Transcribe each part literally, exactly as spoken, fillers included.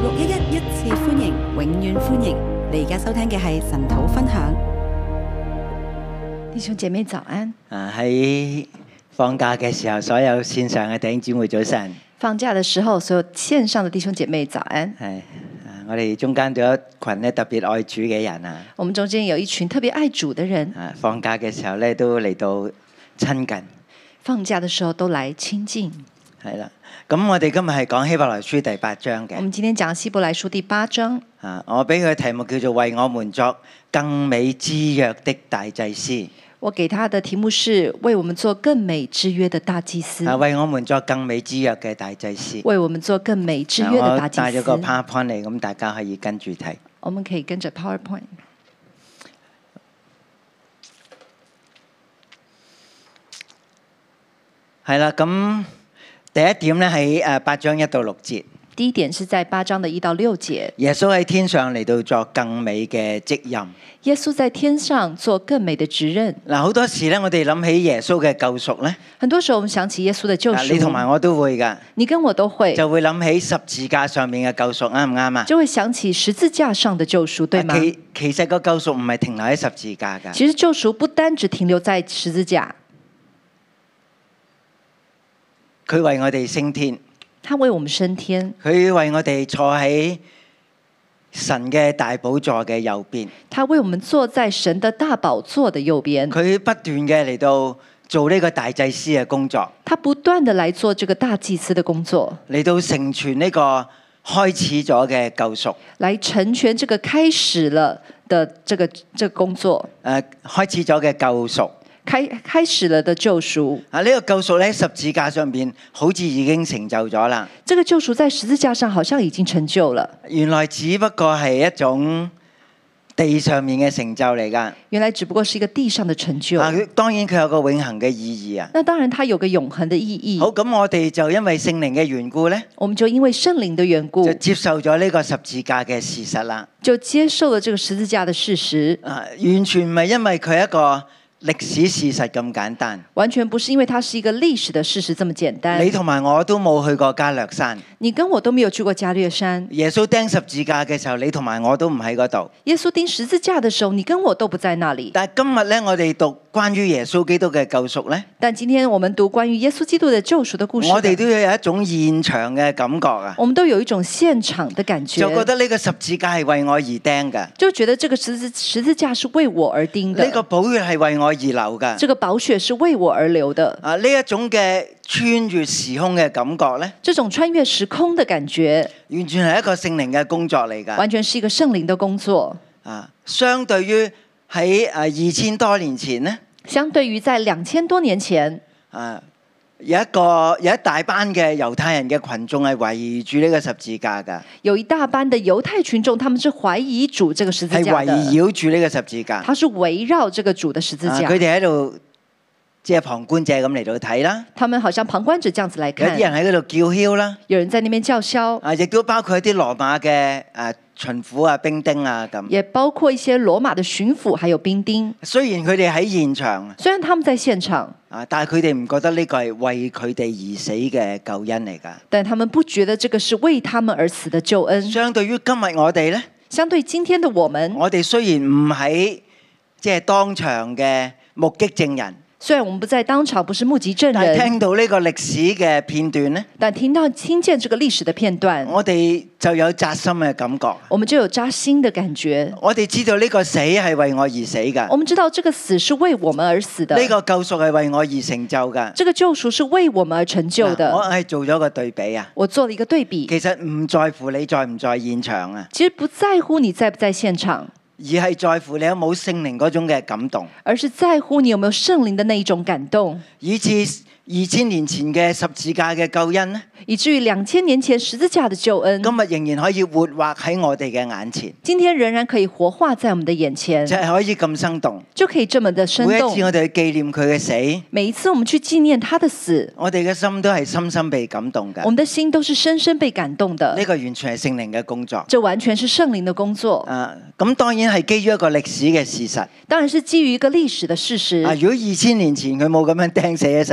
六一一一次歡迎，永遠歡迎！你而家收聽嘅係神土分享。 弟兄姐妹早安！ 啊，喺放假嘅時候，所有線上嘅弟兄姊妹早晨。 放假嘅時候，所有線上嘅弟兄姐妹早安。 係，我哋中間有一群咧特別愛主嘅人啊。 我們中間有一群特別愛主嘅人。 啊，放假嘅時候咧都嚟到親近。 放假嘅時候都嚟親近。 係啦，咁我哋今日係講希伯來書第八章嘅。 我們今天講希伯來書第八章。 啊，我俾佢嘅題目叫做為我們作更美之約的大祭司。 我給他的題目是為我們做更美之約的大祭司。 啊，為我們作更美之約嘅大祭司。 為我們做更美之約的大祭司。 我帶咗個 PowerPoint 嚟，咁大家可以跟住睇。 我們可以跟着 PowerPoint。 係啦，咁第一點咧喺誒八章一到六節。 第一點是在八章的一到六節。 耶穌喺天上嚟到作更美嘅職任。 耶穌在天上做更美的職任。 嗱，好多時咧，我哋諗起耶穌嘅救贖咧。 很多時候，我們想起耶穌的救贖。 你同埋我都會噶。 你跟我都會。 就會諗起十字架上面嘅救贖，啱唔啱啊？ 就會想起十字架上的救贖，對嗎？ 其其實個救贖唔係停留喺十字架噶。 其實救贖不單只停留在十字架。 佢為我哋升天。 他為我們升天， 佢為我哋坐喺神嘅大寶座嘅右邊。 他為我們坐在神的大寶座的右邊。 佢不斷嘅嚟到做呢個大祭司嘅工作。 他不斷的來做這個大祭司的工作， 嚟到成全呢個開始咗嘅救贖， 來成全這個開始了的這個這個工作。 誒、呃，開始咗嘅救贖。 開開始了的救贖啊！呢、這個救贖咧，十字架上邊好似已經成就咗啦。 這個救贖在十字架上好像已經成就了。 原來只不過係一種地上面嘅成就嚟噶。 原來只不過是一個地上的成就。 啊，當然佢有個永恆嘅意義啊。 那當然，它有個永恆的意義。 好，咁我哋就因為聖靈嘅緣故咧， 我們就因為聖靈的緣故， 就接受咗呢個十字架嘅事實啦。 就接受了這個十字架的事實。 啊，完全唔係因為佢一個歷史事實咁簡單， 完全不是因為它是一個歷史的事實這麼簡單。 你同埋我都冇去過加略山， 你跟我都沒有去過加略山。 耶穌釘十字架嘅時候，你同埋我都唔喺嗰度。 耶穌釘十字架的時候，你跟我都不在那裡。 但係今日咧，我哋讀關於耶穌基督嘅救贖咧。 但今天我們讀關於耶穌基督的救贖的故事， 我哋都有一種現場嘅感覺啊。 我們都有一種現場的感覺， 就覺得呢個十字架係為我而釘嘅， 就覺得這個十字十字架是為我而釘的。 呢個寶血係為我而流嘅， 這個寶血是為我而流的。 啊，呢一種嘅穿越時空嘅感覺咧， 這種穿越時空的感覺， 完全係一個聖靈嘅工作嚟㗎， 完全是一個聖靈的工作。 啊，相對於喺誒二千多年前咧， 相對於在兩千多年前， 啊，有一個有一大班嘅猶太人嘅群眾係圍住呢個十字架㗎， 有一大班的猶太群眾，他們是懷疑主這個十字架的， 係圍繞住呢個十字架， 他是圍繞這個主的十字架， 佢哋喺度即係旁觀者咁嚟到睇啦， 他們好像旁觀者這樣子來看， 有啲人喺嗰度叫囂啦， 有人在那邊叫囂， 啊，亦都包括一啲羅馬嘅誒巡撫啊、兵丁啊咁， 也包括一些羅馬的巡撫還有兵丁。 雖然佢哋喺現場， 雖然他們在現場， 啊，但係佢哋唔覺得呢個係為佢哋而死嘅救恩嚟㗎。 但他們不覺得這個是為他們而死的救恩。 相對於今日我哋咧， 相對今天的我們， 我哋雖然唔喺即係當場嘅目擊證人。 雖然我們不在當場，不是目擊證人， 但係聽到呢個歷史嘅片段咧， 但聽到聽見這個歷史的片段， 我哋就有扎心嘅感覺。 我們就有扎心的感覺。 我哋知道呢個死係為我而死㗎。 我們知道這個死是為我們而死的。 呢個救贖係為我而成就㗎。 這個救贖是為我們而成就的。 我係做咗個對比啊。 我做了一個對比。 其實唔在乎你在唔在現場啊。 其實不在乎你在不在現場。 而係在乎你有冇聖靈嗰種嘅感動， 而是在乎你有沒有聖靈的那一種感動， 以至二千年前嘅十字架嘅救恩呢， 以至於兩千年前十字架的救恩， 今日仍然可以活畫喺我哋嘅眼前。 今天仍然可以活化在我們的眼前， 就係可以咁生動， 就可以這麼的生動。 每一次我哋去紀念佢嘅死， 每一次我們去紀念他的死， 我哋嘅心都係深深被感動嘅。 我們的心都是深深被感動的。 呢個完全係聖靈嘅工作， 這完全是聖靈的工作。 啊，咁當然係基於一個歷史嘅事實， 當然是基於一個歷史的事實。 啊，如果二千年前佢冇咁樣釘死喺十字架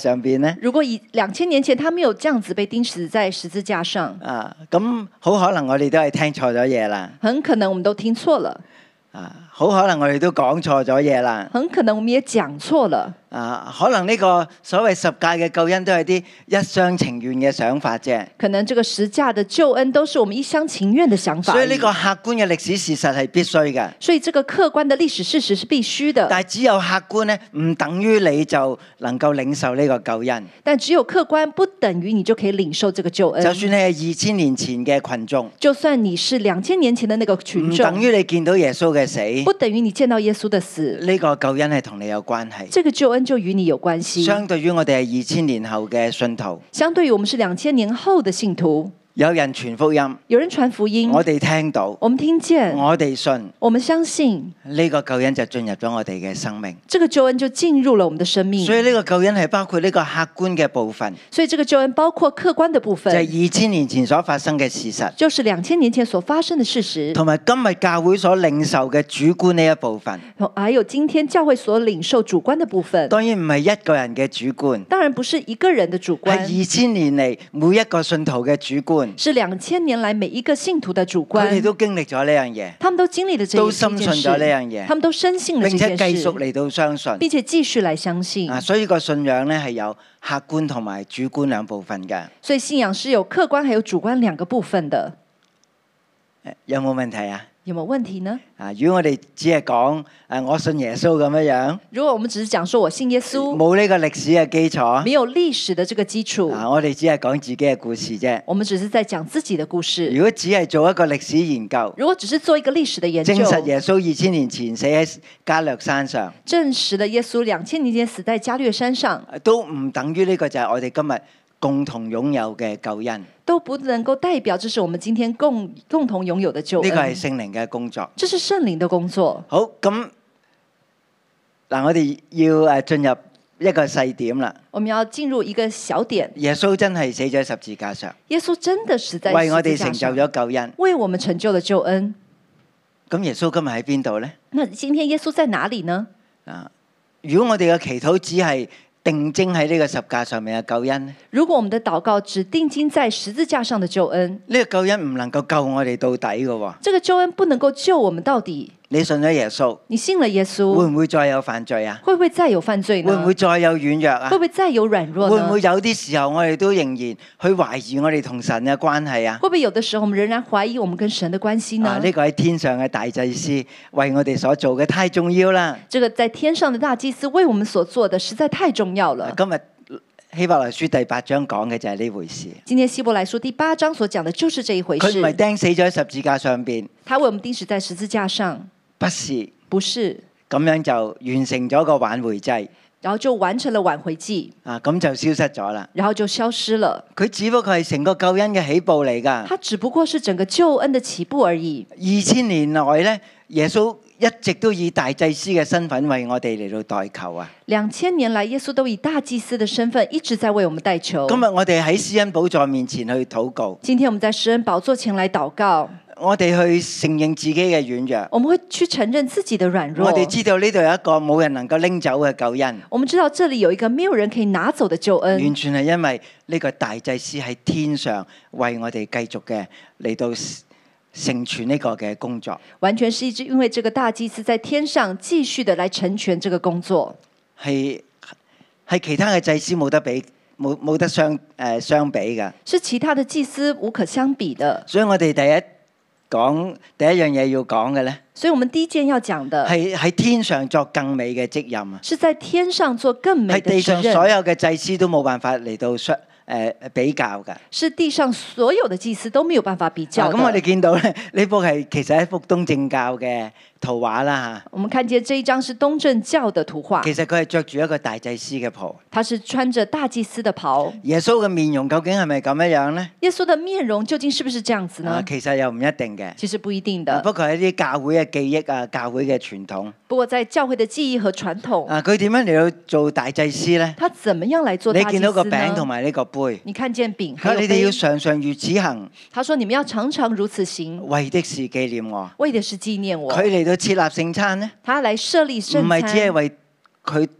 上邊呢？ 如果以兩千年前他沒有這樣子被釘死在十字架上， 啊，咁好可能我哋都係聽錯咗嘢啦。 很可能我們都聽錯了， 啊，好可能我哋都講錯咗嘢啦。 很可能我們也講錯了。 啊，可能呢個所謂十誡嘅救恩都係啲一廂情願嘅想法啫。 可能這個十架的救恩都是我們一廂情願的想法。 所以呢個客觀嘅歷史事實係必須嘅。 所以這個客觀的歷史事實是必須的。 但係只有客觀呢，唔等於你就能夠領受呢個救恩。 但只有客觀不等於你就可以領受這個救恩。 就算你係二千年前嘅群眾， 就算你是兩千年前的那個群眾， 唔等於你見到耶穌嘅死， 不等於你見到耶穌的死。 呢個救恩係同你有關係。 這個救恩就與你有關係。 相對於我哋係二千年後嘅信徒， 相對於我們是兩千年後的信徒， 有人傳福音， 有人傳福音， 我哋聽到， 我們聽見， 我哋信， 我們相信， 呢個救恩就進入咗我哋嘅生命。 這個救恩就進入了我們的生命。 所以呢個救恩係包括呢個客觀嘅部分， 所以這個救恩包括客觀的部分， 就係二千年前所發生嘅事實， 就是兩千年前所發生的事實， 同埋今日教會所領受嘅主觀呢一部分， 還有今天教會所領受主觀的部分。 當然唔係一個人嘅主觀， 當然不是一個人的主觀， 係二千年嚟每一個信徒嘅主觀， 是兩千年來每一個信徒的主觀。 佢哋都經歷咗呢樣嘢， 他們都經歷了這都深信咗呢樣嘢， 他們都深信了這並件事， 且繼續嚟到相信， 並且繼續來相信。 啊，所以個信仰咧係有客觀同埋主觀兩部分嘅。 所以信仰是有客觀還有主觀兩個部分的。 有冇問題啊？ 有冇問題呢？ 啊，如果我哋只係講誒我信耶穌咁樣樣， 如果我們只是講說我信耶穌， 冇呢個歷史嘅基礎， 沒有歷史的這個基礎， 啊，我哋只係講自己嘅故事啫。 我們只是在講自己的故事。 如果只係做一個歷史研究， 如果只是做一個歷史的研究， 證實耶穌二千年前死喺加略山上， 證實了耶穌兩千年前死在加略山上， 都唔等於呢個就係我哋今日共同擁有嘅救恩。 都不能夠代表這是我們今天共共同擁有的救恩。 呢個係聖靈嘅工作， 這是聖靈的工作。 好，咁嗱，我哋要誒進入一個細點啦。 我們要進入一個小點。 耶穌真係死咗喺十字架上， 耶穌真的死在十字架上， 為我哋成就咗救恩， 為我們成就了救恩。 咁耶穌今日喺邊度呢？ 那今天耶穌在哪裡呢？ 啊，如果我哋嘅祈禱只係定睛喺呢個十架上面嘅救恩呢， 如果我們的禱告只定睛在十字架上的救恩， 呢個救恩唔能夠救我哋到底嘅喎。 這個救恩不能夠救我們到底。 你信咗耶穌， 你信了耶穌， 會唔會再有犯罪啊？ 會不會再有犯罪呢？ 會唔會再有軟弱啊？ 會不會再有軟弱呢？ 會唔會有啲時候我哋都仍然去懷疑我哋同神嘅關係啊？ 會不會有的時候我們仍然懷疑我們跟神的關係呢？ 啊，呢個喺天上嘅大祭司為我哋所做嘅太重要啦！ 這個在天上的大祭司為我們所做的實在太重要了。 今日希伯來書第八章講嘅就係呢回事。 今天希伯來書第八章所講的就是這一回事。 佢唔係釘死咗喺十字架上邊， 他為我們釘死在十字架上， 不是， 不是咁樣就完成咗個挽回祭， 然後就完成了挽回祭， 啊，咁就消失咗啦。 然後就消失了。 佢只不過係成個救恩嘅起步嚟㗎。 他只不過是整個救恩的起步而已。 二千年來咧，耶穌一直都以大祭司嘅身份為我哋嚟到代求啊。 兩千年來，耶穌都以大祭司的身份一直在為我們代求。 今日我哋喺施恩寶座面前去禱告， 今天我們在施恩寶座前來禱告， 我哋去承認自己嘅軟弱， 我們會去承認自己的軟弱。 我哋知道呢度有一個冇人能夠拎走嘅救恩， 我們知道這裡有一個沒有人可以拿走的救恩， 完全係因為呢個大祭司喺天上為我哋繼續嘅嚟到成全呢個嘅工作， 完全是一直因為這個大祭司在天上繼續的來成全這個工作， 係係其他嘅祭司冇得比，冇冇得相誒、呃、相比㗎， 是其他的祭司無可相比的。 所以我哋第一講第一樣嘢要講嘅咧， 所以我們第一件要講的係喺天上作更美嘅職任啊， 是在天上做更美係的職任， 地上所有嘅祭司都冇辦法嚟到相誒比較㗎。 是地上所有的祭司都沒有辦法比較的。 咁、啊、我哋見到咧，呢幅係其實係一幅東正教嘅圖畫啦嚇。 我們看見這一張是東正教的圖畫， 其實佢係着住一個大祭司嘅袍。 他是穿着大祭司的袍。 耶穌嘅面容究竟係咪咁樣樣咧？ 耶穌的面容究竟是不是這樣子呢？ 啊、其實又唔一定嘅。 其實不一定的。 啊、不過係啲教會嘅記憶啊，教會嘅傳統。 不過在教會的記憶和傳統。 啊，佢點樣嚟到做大祭司咧？ 他怎麼樣來做大祭司呢？ 你見到個餅同埋呢個杯。 你看見餅佢話你哋要常常如此行。 他說你們要常常如此行， 為的是紀念我。 為的是紀念我。 佢嚟到設立聖餐咧， 他來設立聖餐， 唔係只係為佢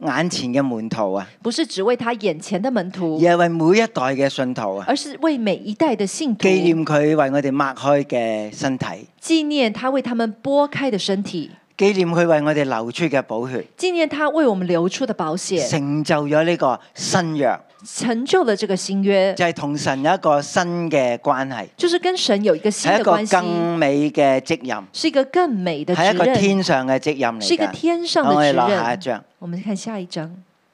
眼前嘅門徒啊， 不是只為他眼前的門徒， 而係為每一代嘅信徒啊， 而是為每一代的信徒， 紀念佢為我哋擘開嘅身體， 紀念他為他們擘開的身體， 紀念佢為我哋流出嘅寶血， 紀念他為我們流出的寶血， 成就咗呢個新約， 成就了這個新約， 就係同神有一個新嘅關係， 就是跟神有一個新係一個的關係， 更美嘅職任， 是一個更美的係一個職任， 天上嘅職任嚟是一個㗎。 天上的好我哋職落下一任。 章。 我們看下一章。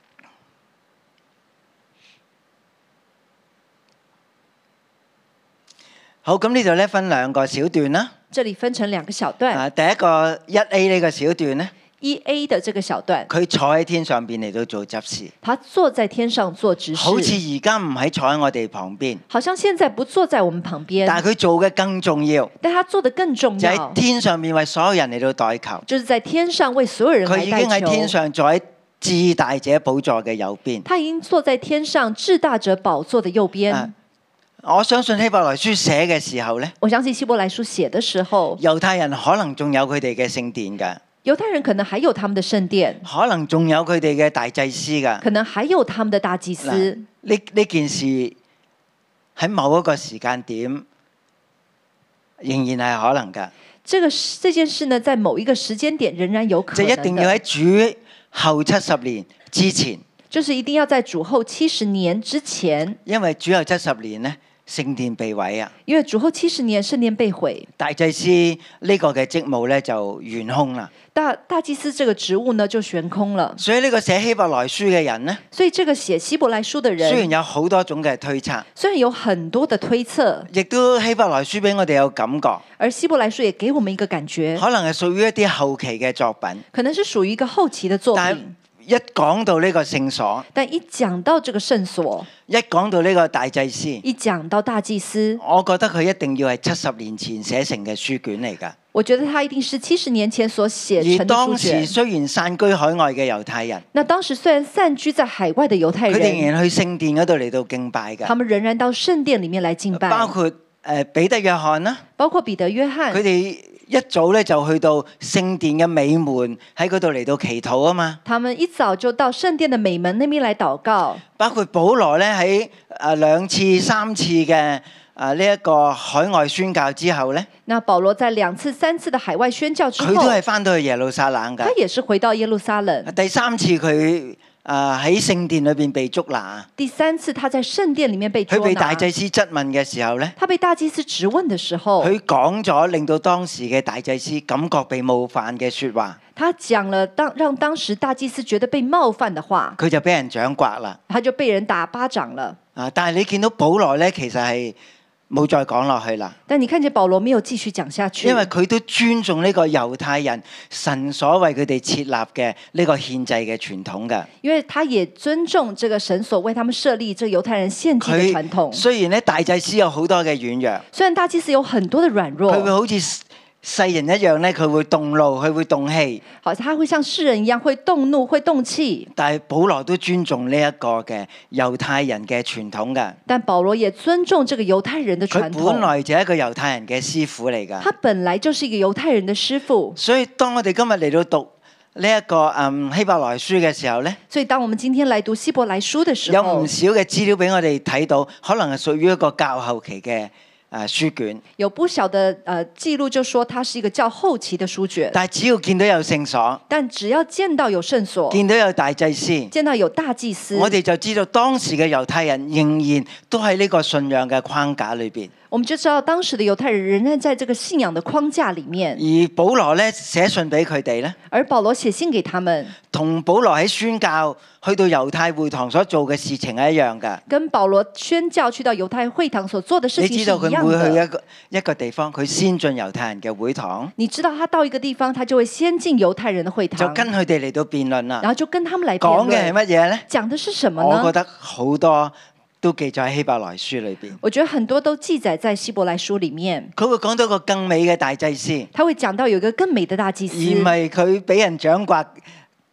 好，咁呢度咧分兩個小段啦。 這裡分成兩個小段。 啊，第一個一 A 呢個小段咧， 一 A 的這個小段， 佢坐喺天上邊嚟到做執事， 他坐在天上做執事， 好似而家唔喺坐喺我哋旁邊， 好像現在不坐在我們旁邊， 但係佢做嘅更重要， 但他做的更重就喺要， 天上面為所有人嚟到代求。 就是在天上為所有人來佢已經代求。 喺天上坐喺至大者寶座嘅右邊。 他已經坐在天上至大者寶座的右邊。 啊我相信希伯來書寫嘅時候咧， 我相信希伯來書寫的時候， 猶太人可能仲有佢哋嘅聖殿㗎， 猶太人可能還有他們的聖殿， 可能仲有佢哋嘅大祭司㗎。 可能還有他們的大祭司。 呢呢件事喺某一個時間點仍然係可能㗎， 這個這件事呢，在某一個時間點仍然有可就能的， 一定要喺主後七十年之前， 就是一定要在主後七十年之前， 因為主後七十年咧聖殿被毀啊， 因為主後七十年聖殿被毀， 大祭司呢個嘅職務咧就懸空啦。 大大祭司這個職務呢就懸空了。 所以呢個寫希伯來書嘅人呢， 所以這個寫希伯來書的人， 雖然有好多種嘅推測， 雖然有很多的推測， 亦都希伯來書俾我哋有感覺， 而希伯來書也給我們一個感覺， 可能係屬於一啲後期嘅作品， 可能是屬於一個後期的作但品。 一講到呢個聖所， 但一講到這個聖所， 一講到呢個大祭司， 一講到大祭司， 我覺得佢一定要係七十年前寫成嘅書卷嚟㗎。 我覺得他一定是七十年前所寫成的而當時書卷。 雖然散居海外嘅猶太人， 那當時雖然散居在海外的猶太佢哋仍人， 然去聖殿嗰度嚟到敬拜㗎， 他們仍然到聖殿裡面來敬拜， 包括誒彼得、約翰啦， 包括彼得、約翰佢，哋一早咧就去到聖殿嘅美門喺嗰度嚟到祈禱啊嘛。 他們一早就到聖殿的美門那邊來禱告。 包括保羅咧喺誒兩次、三次嘅誒呢一個海外宣教之後咧， 那保羅在兩次、三次的海外宣教之後， 佢都係翻到去耶路撒冷㗎他。也是回到耶路撒冷。 第三次佢誒喺聖殿裏邊被捉拿， 第三次他在聖殿裡面被捉拿佢被大，祭司質問嘅時候咧， 他被大祭司質問的時候， 佢講咗令到當時嘅大祭司感覺被冒犯嘅説話， 他講了當讓當時大祭司覺得被冒犯的話， 佢就俾人掌摑啦。 他就被人打巴掌了。 啊！但係你見到保羅咧，其實係冇再講落去啦， 但你看見保羅沒有繼續講下去， 因為佢都尊重呢個猶太人神所為佢哋設立嘅呢個獻祭嘅傳統㗎。 因為他也尊重這個神所為他們設立這猶太人獻祭的傳統。 雖然咧大祭司有好多嘅軟弱， 雖然大祭司有很多的軟弱， 佢會好似世人一樣咧，佢會動怒，佢會動氣。 好，他會像世人一樣會動怒、會動氣。 但係保羅都尊重呢一個嘅猶太人嘅傳統㗎。 但保羅也尊重這個猶太人的佢傳統。 本來就係一個猶太人嘅師傅嚟㗎。 他本來就是一個猶太人的師傅。 所以當我哋今日嚟到讀呢一個嗯希伯來書嘅時候咧， 所以當我們今天來讀希伯來書的時候， 有唔少嘅資料俾我哋睇到，可能係屬於一個較後期嘅誒書卷。 有不少的呃記錄，就說它是一個較後期的書卷。 但係只要見到有聖所， 但只要見到有聖所， 見到有大祭司， 見到有大祭司， 我哋就知道當時嘅猶太人仍然都喺呢個信仰嘅框架裏邊。 我們就知道當時的猶太人仍然在這個信仰的框架裡面。 而保羅咧寫信俾佢哋咧， 而保羅寫信給他們， 同保羅喺宣教去到猶太會堂所做嘅事情係一樣㗎。 跟保羅宣教去到猶太會堂所做的事你情是一樣知道佢每去的。 一個一個地方，佢先進猶太人嘅會堂， 你知道他到一個地方，他就會先進猶太人的會堂， 就跟佢哋嚟到辯論啦然。後就跟他們來辯講嘅係論。 乜嘢咧？ 講的是什麼呢？ 我覺得好多都記載喺希伯來書裏邊。 我覺得很多都記載在希伯來書裡面。 佢會講到一個更美嘅大祭司， 他會講到有一個更美的大祭而司， 唔係佢俾人掌摑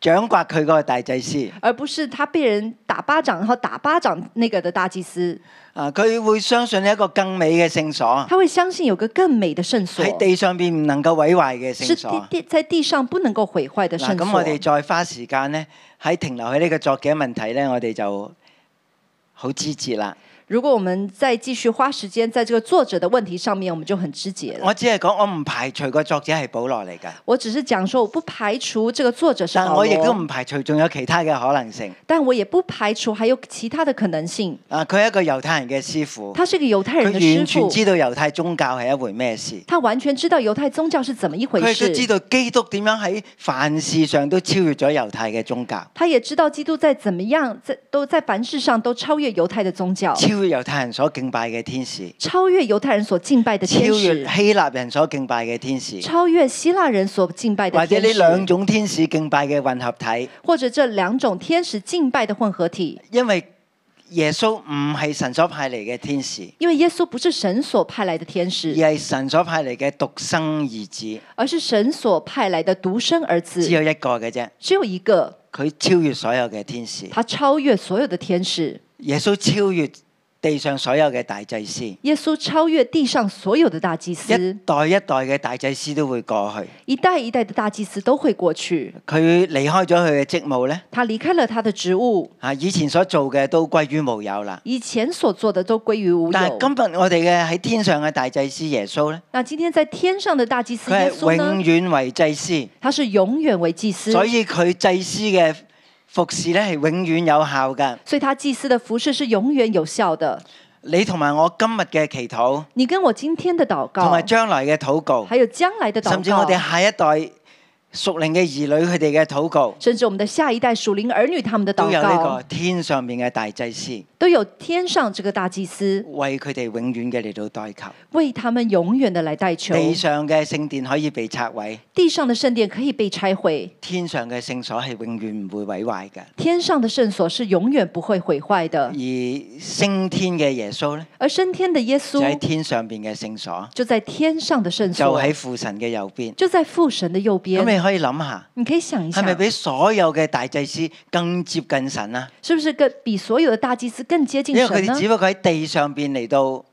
掌摑佢嗰個大祭司。 而不是他被人打巴掌，然後打巴掌那個的大祭司。 啊，佢會相信一個更美嘅聖所， 他會相信有個更美的聖所， 喺地上邊唔能夠毀壞嘅聖是所。 地在地上不能夠毀壞的聖所。 嗱，咁我哋再花時間咧，喺停留喺呢個作者問題咧，我哋就好枝節啦。 如果我們再繼續花時間在這個作者的問題上面，我們就很枝節了。 我只係講，我唔排除個作者係保羅嚟㗎。 我只是講說，我不排除這個作者是保羅， 但我亦都唔排除仲有其他嘅可能性。 但我也不排除還有其他的可能性。 啊，佢係一個猶太人嘅師傅， 他是一個猶太人的佢師完全傅， 知道猶太宗教係一回咩事。 他完全知道猶太宗教是怎麼一回佢亦都事。 知道基督點樣喺凡事上都超越咗猶太嘅宗教， 他也知道基督在怎麼樣，在都在凡事上都超越猶太的宗教， 超越猶太人所敬拜嘅天使， 超越猶太人所敬拜的超天越使， 希臘人所敬拜嘅天使， 超越希臘人所敬拜的或者天使， 呢兩種天使敬拜嘅混合體。 或者這兩種天使敬拜的混合體。 因為耶穌唔係神所派嚟嘅天使， 因為耶穌不是神所派來的天使， 而係神所派嚟嘅獨生兒子， 而是神所派來的獨生兒子， 只有一個嘅啫。 只有一個， 佢超越所有嘅天使， 他超越所有的天使。 耶穌超越地上所有嘅大祭司， 耶穌超越地上所有的大祭司， 一代一代嘅大祭司都會過去。 一代一代的大祭司都會過去。 佢離開咗佢嘅職務呢， 他離開了他的職務， 啊，以前所做嘅都歸於無有啦。 以前所做的都歸於無有。 但係今日我哋嘅喺天上嘅大祭司耶穌呢， 那今天在天上的大祭司佢耶穌呢係永？遠為祭司， 他是永遠為祭司， 所以佢祭司嘅服侍咧係永遠有效㗎。 所以他祭司的服事是永遠有效的。 你同埋我今日嘅祈禱， 你跟我今天的禱告， 同埋將來嘅禱告， 還有將來的禱告， 甚至我哋下一代屬靈嘅兒女佢哋嘅禱告， 甚至我們的下一代屬靈兒女他們的禱都有呢告個，天上面嘅大祭司都有天上這個大祭司為佢哋永遠嘅嚟到代求。 為他們永遠的來代求。 地上嘅聖殿可以被拆毀， 地上的聖殿可以被拆毀， 天上嘅聖所係永遠唔會毀壞嘅。 天上的聖所是永遠不會毀壞的。 而升天嘅耶穌咧， 而升天的耶就喺穌天上邊嘅聖所， 就在天上的聖就所， 喺父神嘅右邊。 就在父神的右咁邊。 你可以諗下， 你可以想一下係，咪比所有嘅大祭司更接近神啊？ 是不是更比所有的大祭司更接近因為佢神呢？ 哋只不過喺地上邊嚟到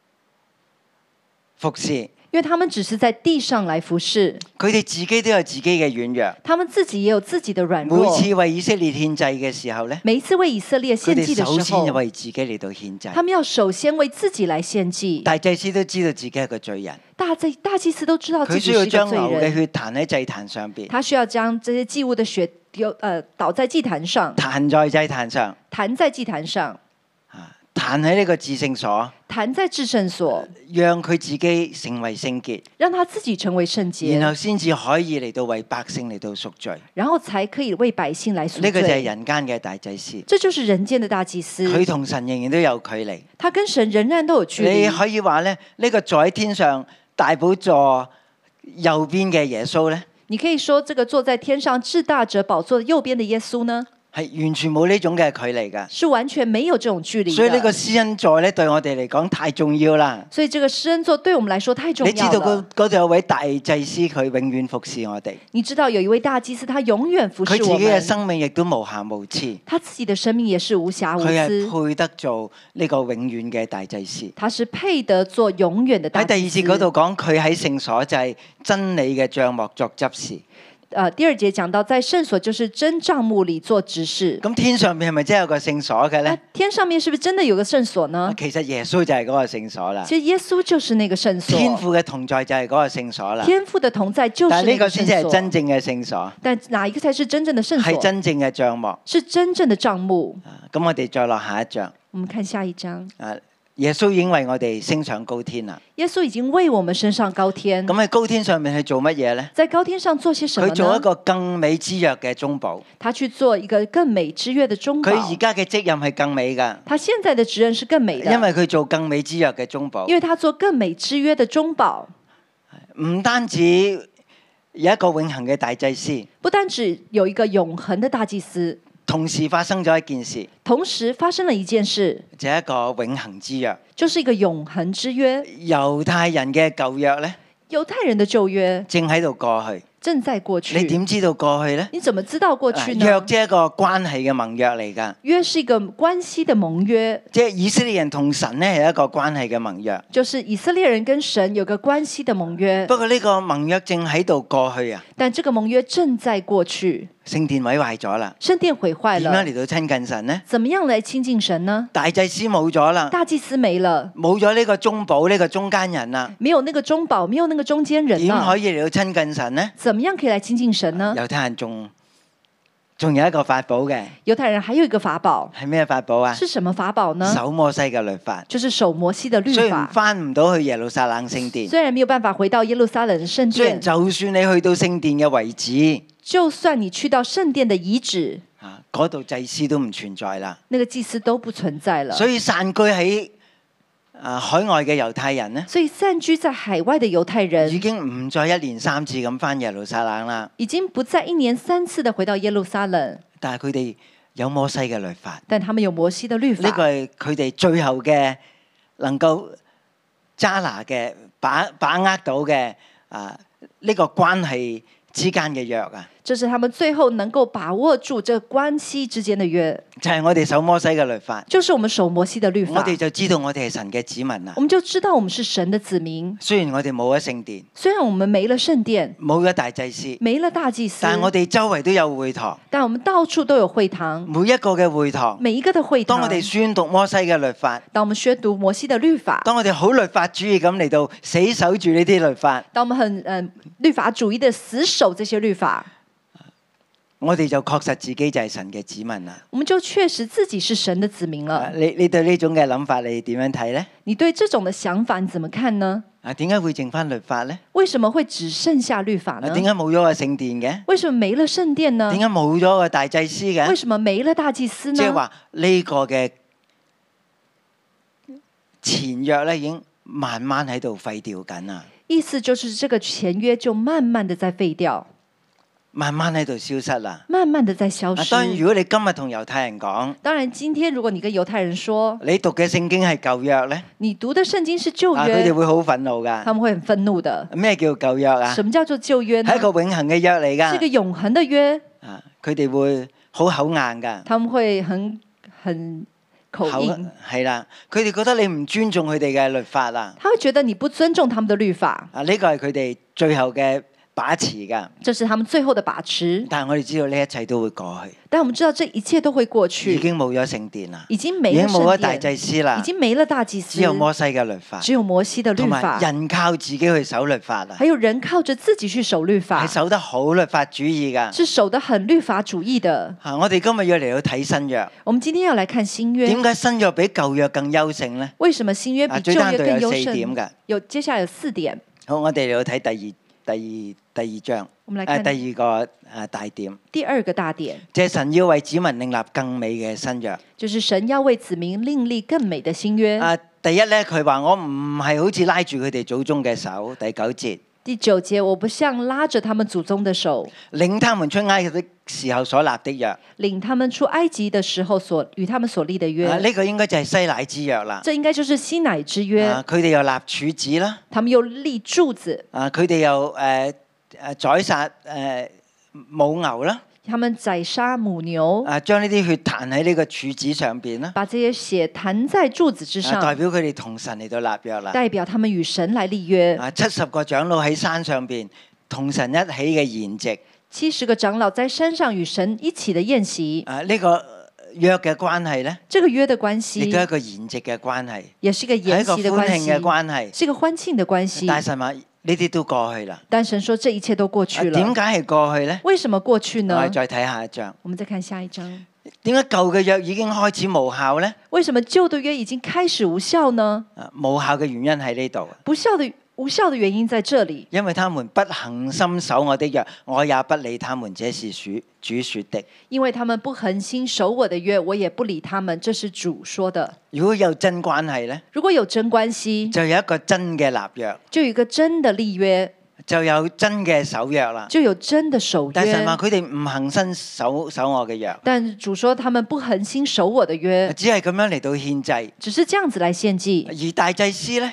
服侍， 因為他們只是在地上來服侍， 佢哋自己都有自己嘅軟弱。 他們自己也有自己的軟每弱。 次為以色列獻祭嘅時候咧， 每一次為以色列佢哋獻祭的時候首先就，為自己嚟到獻祭。 他們要首先為自己來獻祭。 大祭司都知道自己係個罪人， 大祭大祭司都知道自佢需要己是一個罪將牛嘅人， 血彈喺祭壇上邊， 他需要將這些祭物的血丟，呃，倒在祭壇上， 彈在祭壇上， 彈在祭壇上， 啊，彈喺呢個至聖所， 彈在至聖所， 讓佢自己成為聖潔， 讓他自己成為聖潔， 然後先至可以嚟到為百姓嚟到贖罪。 然後才可以為百姓來贖罪。 呢個就係人間嘅大祭司， 這就是人間的大祭司， 佢同神仍然都有距離。 他跟神仍然都有距離。 你可以話咧，呢個坐喺天上大寶座右邊嘅耶穌咧， 你可以說，這個坐在天上至大者寶座右邊的耶穌呢， 係完全冇呢種嘅距離㗎。 是完全沒有這種距離的。 所以呢個施恩座咧，對我哋嚟講太重要啦。 所以這個施恩座對我們來說太重要了。 你知道嗰嗰度有位大祭司，佢永遠服侍我哋， 你知道有一位大祭司，他永遠服侍佢自己嘅我們， 生命亦都無瑕無疵， 他自己的生命也是無瑕無佢係私， 配得做呢個永遠嘅大祭司。 他是配得做永遠的大喺第二祭司。 節嗰度講，佢喺聖所就係真理嘅帳幕作執事。 呃，第二節講到，在聖所就是真帳幕裏做執事。 咁天上面係咪真係有個聖所嘅那咧？ 天上面是不是真的有個聖所呢？ 其實耶穌就係嗰個聖所啦， 其實耶穌就是那個聖所， 天父嘅同在就係嗰個聖所啦。 天父的同在就是但係呢那個個先至係聖所。 真正嘅聖所， 但哪一個才是真正的聖係所？ 真正嘅帳幕。 是真正的帳幕。 啊咁我哋再落下一章。 我們看下一章。 啊，耶穌已經為我哋升上高天啦。 耶穌已經為我們升上高天。 咁喺高天上面去做乜嘢咧？ 在高天上做些什麼佢做一呢？ 個更美之約嘅中保。 他去做一個更美之約的中保。 佢而家嘅職任係更美噶， 他現在的職任是更美的， 因為佢做更美之約嘅中保因。為他做更美之約的中保， 唔單止有一個永恆嘅大祭司， 不單只有一個永恆的大祭司， 同時發生咗一件事， 同時發生了一件事， 就係一個永恆之約。 就是一個永恆之約。 猶太人嘅舊約咧， 猶太人的舊約正喺度過去， 正在過去。 你點知道過去呢？ 你怎麼知道過去呢？ 約即係一個關係嘅盟約嚟㗎。 約是一個關係的盟約， 即係以色列人同神咧係一個關係嘅盟約。 就是以色列人跟神有個關係的盟約。 不過呢個盟約正喺度過去啊。 但這個盟約正在過去。 聖殿毀壞咗啦。 聖殿毀壞了。 點樣嚟到親近神呢？ 怎麼樣來親近神呢？ 大祭司冇咗啦。 大祭司沒了。 冇咗呢個中保呢個中間人啦。 沒有那個中保，沒有那個中間人。 點可以嚟到親近神呢？ 怎麼樣可以來親近神呢？ 猶太人仲仲有一個法寶嘅。 猶太人還有一個法寶。 係咩法寶啊？ 是什麼法寶呢？ 守摩西嘅律法。 就是守摩西的律法。 雖然翻唔到去耶路撒冷聖殿。 雖然沒有辦法回到耶路撒冷聖殿。 雖然就算你去到聖殿嘅遺址。 就算你去到聖殿的遺址， 啊，嗰度祭司都唔存在啦。 那個祭司都不存在了。 所以散居喺啊海外嘅猶太人呢， 所以散居在海外的猶太人已經唔再一年三次咁翻耶路撒冷啦。 已經不再一年三次的回到耶路撒冷。 但係佢哋有摩西嘅律法， 但他們有摩西的律法。 呢個係佢哋最後嘅能夠揸拿嘅把把握到嘅啊呢個關係之間嘅約啊。 這是他們最後能夠把握住這個關係之間的約， 就係我哋守摩西嘅律法， 就是我們守摩西的律法。 我哋就知道我哋係神嘅子民啦。 我們就知道我們是神的子民。 雖然我哋冇咗聖殿， 雖然我們沒了聖殿， 冇咗大祭司， 沒了大祭司， 但係我哋周圍都有會堂， 但我們到處都有會堂。 每一個嘅會堂， 每一個的會堂， 當我哋宣讀摩西嘅律法， 當我們宣讀摩西的律法， 當我哋好律法主義咁嚟到死守住呢啲律法， 當我們很嗯律法主義的死守這些律法， 我哋就確實自己就係神嘅子民啦。 我們就確實自己是神的子民了。 你你對呢種嘅諗法，你點樣睇呢？ 你對這種的想法，你怎麼看呢？ 啊，點解會剩翻律法呢？ 為什麼會只剩下律法呢？ 點解冇咗個聖殿嘅？ 為什麼沒了聖殿呢？ 點解冇咗個大祭司嘅？ 為什麼沒了大祭司呢？ 即係話呢個嘅前約咧，已經慢慢喺度廢掉緊啦。 意思就是這個前約就慢慢的在廢掉。 慢慢喺度消失啦， 慢慢的在消失。 當然，如果你今日同猶太人講， 當然今天如果你跟猶太人說， 你讀嘅聖經係舊約咧， 你讀的聖經是舊約， 佢哋會好憤怒噶。 他們會很憤怒的。 咩叫舊約啊？ 什麼叫做舊約呢？ 係一個永恆嘅約嚟噶， 是一個永恆的約。 啊，佢哋會好口硬噶， 他們會很很口硬， 係啦，佢哋覺得你唔尊重佢哋嘅律法啊， 他會覺得你不尊重他們的律法。 啊，呢個係佢哋最後嘅把持噶， 這是他們最後的把持。 但係我哋知道呢一切都會過去。 但我們知道這一切都會過去。 已經冇咗聖殿啦， 已經沒了聖殿， 已經冇咗大祭司啦， 已經沒了大祭司， 只有摩西嘅律法， 只有摩西的律法， 同埋人靠自己去守律法啊， 還有人靠着自己去守律法， 係守得好律法主義噶， 是守得很律法主義的。 啊，我哋今日要嚟到睇新約， 我們今天要來看新約， 點解新約比舊約更優勝呢？ 為什麼新約比舊約更優勝？ 有四點噶， 有接下來有四點。 好，我哋嚟到睇第二、第二、第二章。 我們來看、 啊、第二個誒大點， 第二個大點， 即係神要為子民另立更美嘅新約。 就是神要為子民另立更美的新約。 啊，第一咧，佢話我唔係好似拉住佢哋祖宗嘅手，第九節。 第九節，我不像拉着他們祖宗的手， 領他們出埃及的時候所立的約， 領他們出埃及的時候所與他們所立的約。 呢、啊這個應該就係西乃之約啦。 這應該就是西乃之約。 佢哋、啊、又立柱子啦， 他們又立柱子。 啊，佢哋又誒誒宰殺誒。呃母牛啦， 他們宰殺母牛， 啊，將呢啲血彈喺呢個柱子上邊啦， 把這些血彈在柱子之上， 啊、代表佢哋同神嚟到立約啦， 代表他們與神來立約。 啊，七十個長老喺山上邊同神一起嘅筵席， 七十個長老在山上與神一起的宴席。 啊，呢、這個約嘅關係咧， 這個約的關係， 亦都係一個筵席嘅關係， 也是一個宴席的關係， 係一個歡慶嘅關係， 是一個歡慶的關係。 但神話呢啲都過去啦。 但神說這一切都過去了。 點解係過去咧？ 為什麼過去呢？ 我哋再睇下一章。 我們再看下一章。 點解舊嘅約已經開始無效咧？ 為什麼舊的約已經開始無效呢？ 啊，無效嘅原因喺呢度。 不效的無效的原因在這裡。 因為他們不恆心守我的約，我也不理他們，這是主主說的。 因為他們不恆心守我的約，我也不理他們，這是主說的。 如果有真關係咧， 如果有真關係， 就有一個真嘅立約， 就有一個真的立約， 就有真嘅守約啦。 就有真的守約。 但神話佢哋唔恆心守守我嘅約， 但主說他們不恆心守我的約， 只係咁樣嚟到獻祭， 只是這樣子來獻祭。 而大祭司咧。 而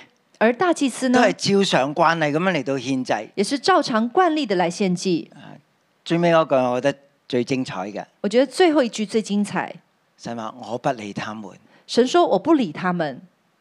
而大祭司呢， 都係照常慣例咁樣嚟到獻祭。 也是照常慣例的來獻祭。 最尾嗰句我覺得最精彩嘅， 我覺得最後一句最精彩。 神話我不理他們， 神說我不理他們，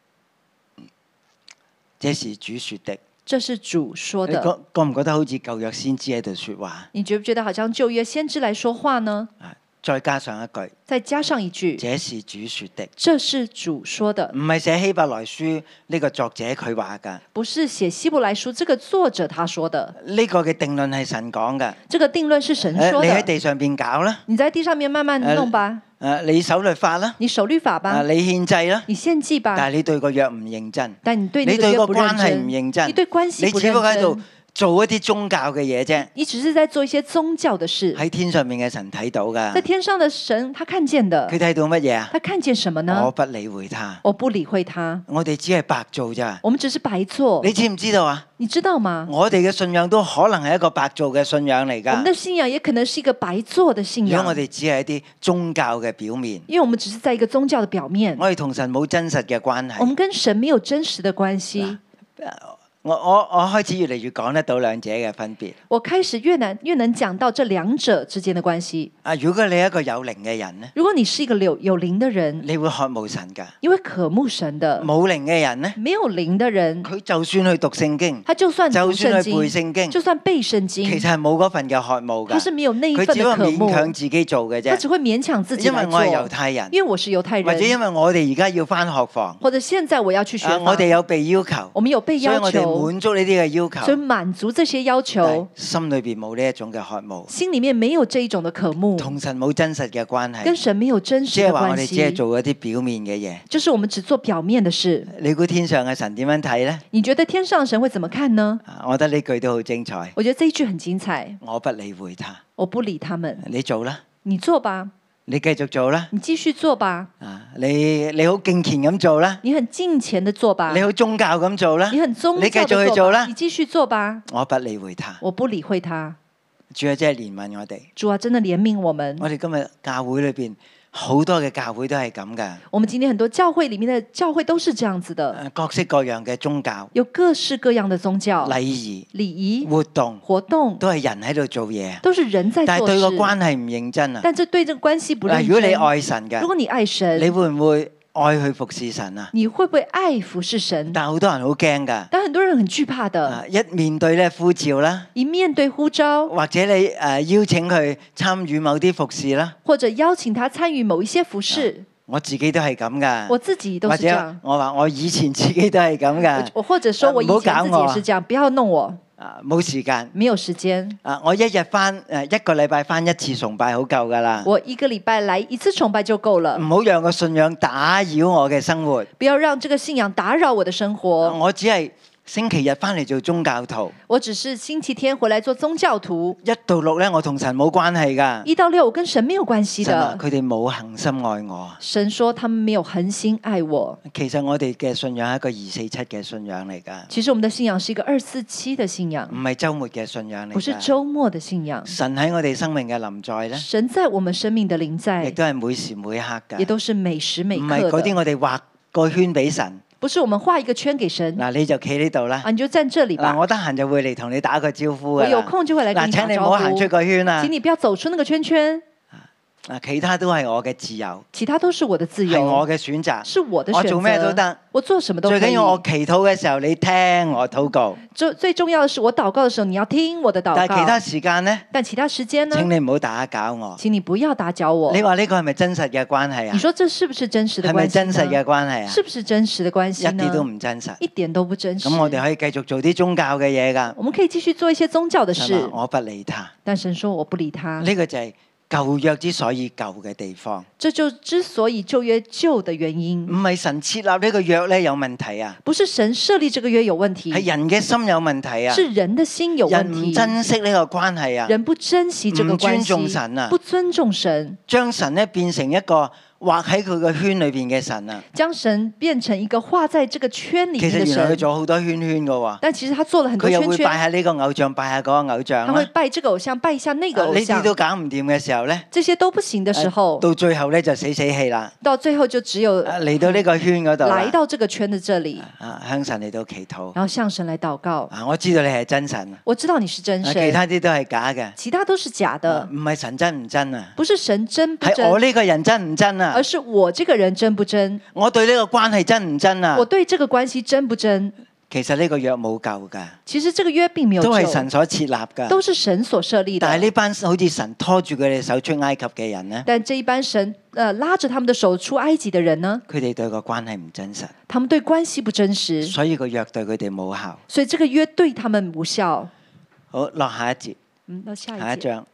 這是主說的。 這是主說的。 你覺覺唔覺得好似舊約先知喺度說話？ 你覺不覺得好像舊約先知來說話呢？ 再加上一句， 再加上一句， 這是主說的。 這是主說的， 唔係寫希伯來書呢個作者佢話㗎， 不是寫希伯來書這個作者他說的。 呢個嘅定論係神講㗎。 這個定論是神說的。 你喺地上邊搞啦， 你在地上面慢慢弄吧。 誒，你守律法啦， 你守律法吧。 你獻祭啦， 你獻祭吧。 但係你對個約唔認真， 但你對你對個那個約不認關係唔真， 認真， 你對關係不你只不過喺度認真。 做一啲宗教嘅嘢啫， 你只是在做一些宗教的事。 喺天上面嘅神睇到噶， 在天上的神他看見的， 佢睇到乜嘢啊？ 他看見什麼呢？ 我不理會他， 我不理會他。 我哋只係白做咋， 我們只是白做。 你知唔知道啊？ 你知道嗎？ 我哋嘅信仰都可能係一個白做嘅信仰嚟噶。 我們的信仰也可能是一個白做的信仰。 如果我哋只係一啲宗教嘅表面， 因為我們只是在一個宗教的表面， 我哋同神冇真實嘅關係。 我們跟神沒有真實的關係。 我我我開始越嚟越講得到兩者嘅分別。 我開始越難越能講到這兩者之間的關係。 啊，如果你係一個有靈嘅人咧， 如果你是一個有有靈的人， 你會渴慕神噶。 因為渴慕神的。 冇靈嘅人咧， 沒有靈的人， 佢就算去讀聖經， 他就算讀就算聖去背經， 聖經， 就算背聖經， 其實係冇嗰份嘅渴慕噶。 他是沒有那一份佢只係的渴慕， 勉強自己做嘅啫。 他只會勉強自己來做。 因為我係猶太人， 因為我是猶太人， 或者因為我哋而家要返學房， 或者現在我要去學啊， 房， 我哋有被要求， 我們有被要求， 所以我哋滿足呢啲嘅要求， 所以滿足這些要求， 心裏邊冇呢一種嘅渴慕， 心裡面沒有這一種的渴慕， 同神冇真實嘅關係， 跟神沒有真即實的關係話我哋只係係， 做一啲表面嘅嘢。 就是我們只做表面的事。 你估天上嘅神點樣睇呢？ 你覺得天上的神會怎麼看呢？ 啊我覺得呢句都好精彩。 我覺得這一句很精彩。 我不理會他， 我不理他們， 你做啦， 你做吧， 你繼續做啦。 你繼續做吧， 啊，你你好敬虔咁做啦， 你很敬虔的做吧， 你好宗教咁做啦， 你很宗你繼教的續去做啦你。繼續做吧。 我不理會他， 我不理會他。 主啊，真係憐憫我哋。 主啊，真的憐憫我們。 我哋今日教會裏邊好多嘅教會都係咁噶， 我們今天很多教會裡面的教會都是這樣子的， 誒各式各樣嘅宗教、 有各式各樣的宗教、 禮儀、 禮儀、 活動， 活動， 都係人喺度做嘢， 都是人在做事。 但係對個關係唔認真啊。 但這對這個關係不認嗱， 真。 如果你愛神嘅， 如果你愛神， 你會唔會愛去服侍神啊？ 你會不會愛服侍神？ 但係好多人好驚噶， 但很多人很懼怕的， 啊一面對咧呼召啦， 一面對呼召， 或者你誒邀請佢參與某啲服侍啦， 或者邀請他參與某一些服侍。 我自己都係咁噶， 我自己都或是這樣者。我話我以前自己都係咁噶， 我或者說我以前自己也是這樣，不要弄我， 啊冇時間。 沒有時間。 啊！我一日翻誒一個禮拜翻一次崇拜好夠噶啦， 我一個禮拜來一次崇拜就夠了， 唔好讓個信仰打擾我嘅生活。 不要讓這個信仰打擾我的生活。 我只係星期日翻嚟做宗教徒， 我只是星期天回來做宗教徒， 一到六咧我同神冇關係噶。 一到六我跟神沒有關係神話的。 佢哋冇恒心愛我。 神說他們沒有恆心愛我。 其實我哋嘅信仰係一個二四七嘅信仰嚟噶， 其實我們的信仰是一個二四七的信仰唔，係週末嘅信仰嚟㗎。 不是周末的信仰。 神喺我哋生命嘅臨在咧， 神在我們生命的臨亦在， 都係每時每刻㗎， 也都是每時每唔係刻的。 嗰啲我哋畫個圈俾神。 不是我們畫一個圈給神， 嗱，你就企呢度啦。 啊，你就站這裡嗱， 吧。 我得閒就會嚟同你打個招呼我㗎啦。 有空就會來跟嗱，請你唔你打招呼好行出。個圈啊！ 請你不要走出那個圈圈， 啊，其他都係我嘅自由， 其他都是我的自係我由， 嘅選擇。 是我的選擇。 我做咩都得， 我做什麼都可以。 最緊要我祈禱嘅時候，你聽我禱告。 最最重要的是，我禱告的時候，你要聽我的禱告。 但係其他時間呢， 但其他時間呢？ 請你唔好打攪我。 請你不要打攪我。 你話呢個係咪真實嘅關係啊？ 你說這是不是真實的關係呢？ 係咪真實嘅關係啊？ 是不是真實的關係呢？ 一啲都唔真實。 一點都不真實。 咁我哋可以繼續做啲宗教嘅嘢㗎。 我們可以繼續做一些宗教的係事嘛，我不理他。 但神說我不理他。 呢個就係舊約之所以舊嘅地方， 這就之所以舊約舊的原因， 唔係神設立呢個約咧有問題啊， 不是神設立這個約有問題， 係人嘅心有問題啊， 是人的心有問人唔題。 珍惜呢個關係啊， 人不珍惜這個關係， 唔尊重神啊不尊重神， 將神咧變成一個畫喺佢個圈裏邊嘅神啊。 將神變成一個畫在這個圈裡其實面的神。 原來佢做好多圈圈嘅喎。 但其實他做了很多佢又圈圈。 會拜下呢個偶像，拜下嗰個偶像啦。 他會拜這個偶像，拜一下那個偶呢像。 啲都搞唔掂嘅時候咧， 這些都不行的時候， 到最後咧就死死氣啦。 到最後就只有嚟到呢個圈嗰度啦， 來到這個圈的這裡， 啊，向神嚟到祈禱。 然後向神來禱告。 啊，我知道你係真神， 我知道你是真啊其神， 他啲都係假嘅。 其他都是假的啊，唔係神真唔真啊， 不是神真不係我真， 呢個人真唔真啊而？是我這個人真不真， 我對呢個關係真唔真啊我？對這個關係真不真。 其實呢個約冇救㗎， 其實這個約並沒有都係救， 神所設立㗎。 都是神所設立的。 但係呢班好似神拖住佢哋手出埃及嘅人呢， 但這一班神，呃，拉着他們的手出埃及的人呢， 佢哋對個關係唔真實， 他們對關係不真實， 所以個約對佢哋冇效。 所以這個約對他們無效。 好，落下一節， 嗯，到下下一一節。 章。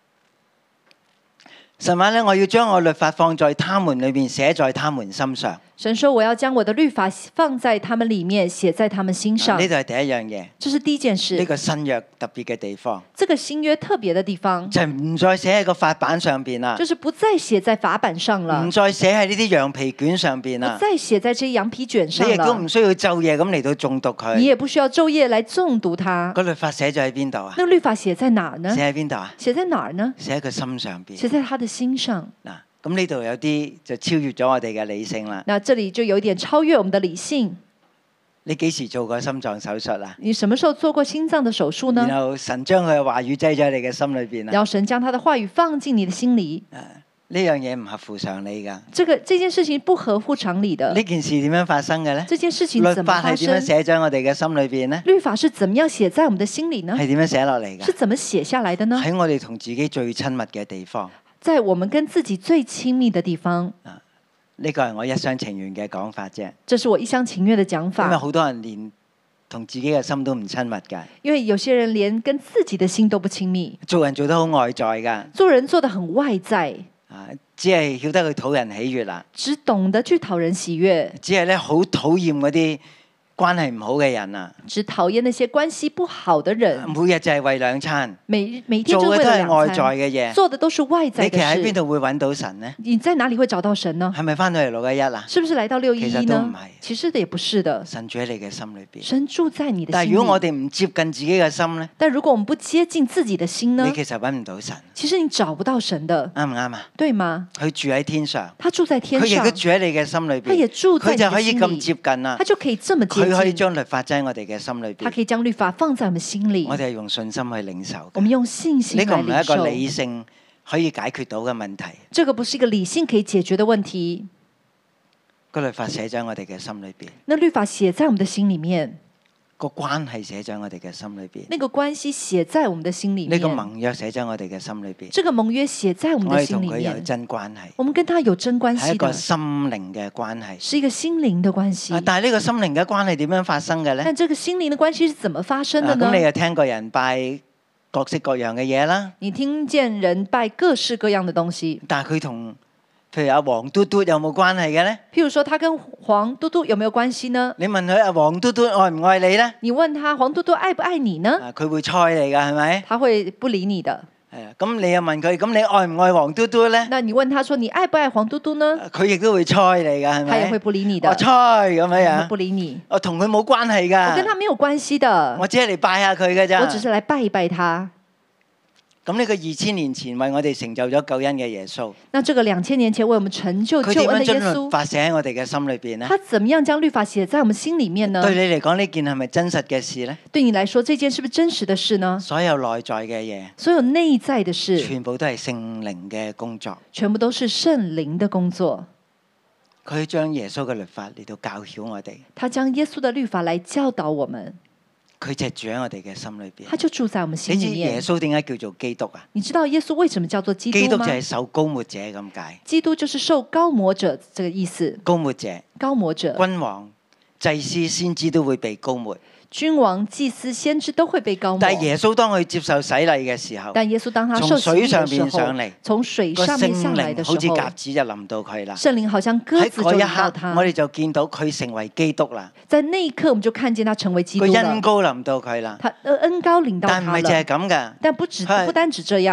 神話咧，我要將我律法放在他們裏邊，寫在他們心上。 神說：“我要將我的律法放在他們裡面，寫在他們心上。” 呢度係第一樣嘢， 這是第一件事。 呢個新約特別嘅地方， 這個新約特別的地方， 就係唔再寫喺個法版上邊啦， 就是不再寫在法版上了， 唔再寫喺呢啲羊皮卷上邊啦不。再寫在這些羊皮卷上你亦都了。 唔需要晝夜咁嚟到誦讀你佢。 也不需要晝夜來誦讀它。 個律法寫咗喺邊度啊？ 那個律法寫在哪兒呢？ 寫喺邊度啊？ 寫在哪兒呢？ 寫喺佢心上邊。 寫在他的心上。 嗱，咁呢度有啲就超越咗我哋嘅理性啦。 那這裡就有一點超越我們的理性。 你幾時做過心臟手術啊？ 你什麼時候做過心臟的手術呢？ 然後神將佢嘅話語擠咗喺你嘅心裏邊啊？ 然後神將他的話語放進你的心裡。 呢樣嘢唔合乎常理㗎。 這個這件事情不合乎常理的。 呢件事點樣發生嘅咧？ 這件事情律怎麼發法係點樣生？ 寫咗喺我哋嘅心裏邊咧？ 律法是怎麼樣寫在我們的心裡呢？ 係點樣寫落嚟㗎？ 是怎麼寫下來的呢？ 喺我哋同自己最親密嘅地方。 在我們跟自己最親密的地方。 呢個係我一廂情願嘅講法啫。 這是我一廂情願的講因為法。 好多人連同自己嘅心都唔親密㗎， 因為有些人連跟自己的心都不親密， 做人做得好外在㗎， 做人做得很外在， 啊，只係曉得去討人喜悅啦， 只懂得去討人喜悅， 只係咧好討厭嗰啲關係唔好嘅人啊， 只討厭那些關係不好的人。 每日就係為兩餐， 每每天就做嘅都為了兩係外在餐， 嘅嘢。 做的都是外你在其實喺邊的事。 度會揾到神呢？ 你在哪裡會找到神呢？ 係咪翻到嚟六一一啊？ 是不是來到六一其一呢實都唔係？ 其實也不是的。 神住喺你嘅心裏邊。 神住在你的心但係如果我裡。 哋唔接近自己嘅心咧， 但如果我們不接近自己的心呢你？其實揾唔到神， 其實你找不到神的， 啱唔啱啊？ 對嗎？ 佢住喺天上， 他住在天上佢亦都，住喺你嘅心裏他也邊， 住在佢就你的心可以咁接裡， 近啦他。就可以這麼接佢可以近。 將律法擠喺我哋嘅心裏邊， 他可以將律法放在我們心我裡， 哋係用信心去領受嘅。 我們用信心呢個來領唔係一個理受。 性可以解決到嘅問題。 這個不是一個理性可以解決的問題。 個律法寫咗喺我哋嘅心裏邊， 那律法寫在我們的心裡面， 個關係寫咗喺我哋嘅心裏邊， 那個關係寫在我們的心裡呢個面， 盟約寫咗喺我哋嘅心裏邊。 這個盟約寫在我們我哋的心裡同佢有面， 真關係， 我們跟他有真關係係一個的， 心靈嘅關係。 是一個心靈的關啊係。 但係呢個心靈嘅關係點樣發生嘅咧？ 但這個心靈的關係是怎麼發生的呢啊咁？你又聽過人拜各式各樣嘅嘢啦， 你聽見人拜各式各樣的東西， 但係佢同譬如阿黃嘟嘟有冇關係嘅咧？ 譬如說他跟黃嘟嘟有沒有關係呢？ 你問佢阿黃嘟嘟愛唔愛你咧？ 你問他黃嘟嘟愛不愛你呢？ 啊，佢會睬你㗎，係咪？ 他會不理你的。 係啊，咁你又問佢，咁你愛唔愛黃嘟嘟咧？ 那你問他說你愛不愛黃嘟嘟呢？ 佢亦都會睬你㗎，係咪？ 他也會不理你的我，睬咁樣他會樣不，理你。 我同佢冇關係我跟㗎， 他沒有關係的， 我只係嚟拜下佢㗎咋。 我只是來拜一拜他。 咁呢個二千年前為我哋成就咗救恩嘅耶穌， 那這個兩千年前為我們成就救佢點樣恩的耶穌， 將律法寫喺我哋嘅心裏邊咧？ 他怎麼樣將律法寫在我們心裡面呢？ 對你嚟講呢件係咪真實嘅事咧？ 對你來說，這件是不是真實的事呢？ 所有內在嘅嘢， 所有內在的事， 全部都係聖靈嘅工作。 全部都是聖靈的工作。 佢將耶穌嘅律法嚟到教曉我哋， 他將耶穌的律法來教導我們， 佢就住喺我哋嘅心裏邊。 他就住在我們心你知裡面。 耶穌點解叫做基督啊？ 你知道耶穌為什麼叫做基督嗎？ 基督就係受膏抹者咁解， 基督就是受膏抹者這個意思。 膏抹者、 膏抹者， 君王、祭司、先知都會被膏抹。 君王、祭司、先知都會被膏抹。 但係耶穌當佢接受洗禮嘅時候， 但耶穌當他受從洗禮水上的時候邊上嚟， 從水個上面聖下來的時候， 靈好似鴿子就臨到佢啦。 聖靈好像鴿喺子就臨到嗰一刻， 他。 我哋就見到佢成為基督啦。 在那一刻，我們就看見他成為基督了。 個恩膏臨到佢啦。 他呃恩膏領到他但唔係淨係了， 咁噶， 但不止係不單止這樣，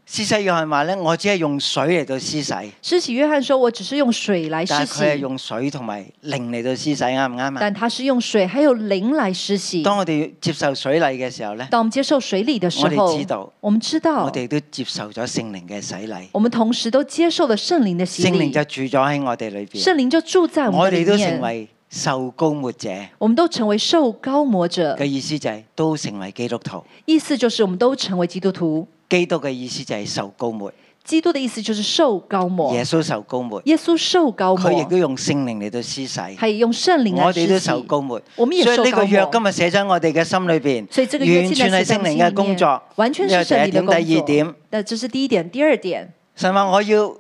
施洗約翰話咧，我只係用水嚟到施洗， 施洗約翰說：“我只是用水來施但係佢係洗。 用水同埋靈嚟到施洗，啱唔啱啊？ 但他是用水還有靈來施洗。 當我哋接受水禮嘅時候咧， 當我們接受水禮的時我候， 哋知道， 我們知道， 我哋都接受咗聖靈嘅洗禮， 我們同時都接受了聖靈的洗聖靈就禮， 住咗喺我哋裏邊， 聖靈就住在我我們的裏哋都成面。 為受膏抹者我們都成為受膏抹者嘅意思就係都成為基督徒。 意思就是我們都成為基督徒。 基督嘅意思就係受膏抹， 基督的意思就是受膏抹。 耶穌受膏抹， 耶穌受膏抹， 佢亦都用聖靈嚟到施洗。 係用聖靈來我哋都施洗。 受膏抹， 我們也所以呢個受膏抹。 約今日寫咗喺我哋嘅心裏邊， 所以這個約完全係聖靈嘅工作， 完全是聖靈的工作。 呢個第一點。第二點， 那這是第一點。第二點， 神話我要，誒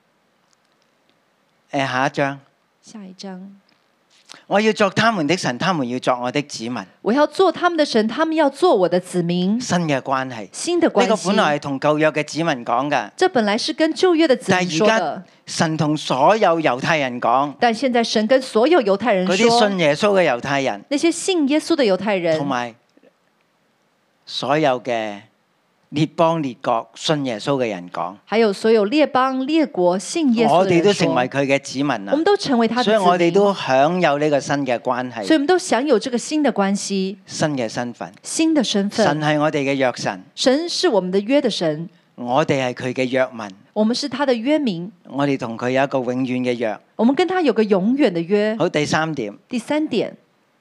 下一章， 下一章， 我要作他們的神，他們要作我的子民。 我要做他們的神，他們要做我的子民。 新嘅關係， 新的關係。 呢個本來係同舊約嘅子民講㗎， 這本來是跟舊約的子但係而民說的家。神同所有猶太人講， 但現在神跟所有猶太人嗰說， 啲信耶穌嘅猶太人， 那些信耶穌的猶太人， 同埋所有嘅列邦列國信耶穌嘅人講， 還有所有列邦列國信耶穌我哋都的人說， 成為佢嘅子民啦我們。都成為他的子民， 所以我哋都享有呢個新嘅關係， 所以我們都享有這個新的關係、 新嘅身份。 新的身份。 神係我哋嘅約神， 神是我們的約的神， 我哋係佢嘅約民， 我們是他的約民， 我哋同佢有一個永遠嘅約。 我們跟他有個永遠的約。 好，第三點， 第三點，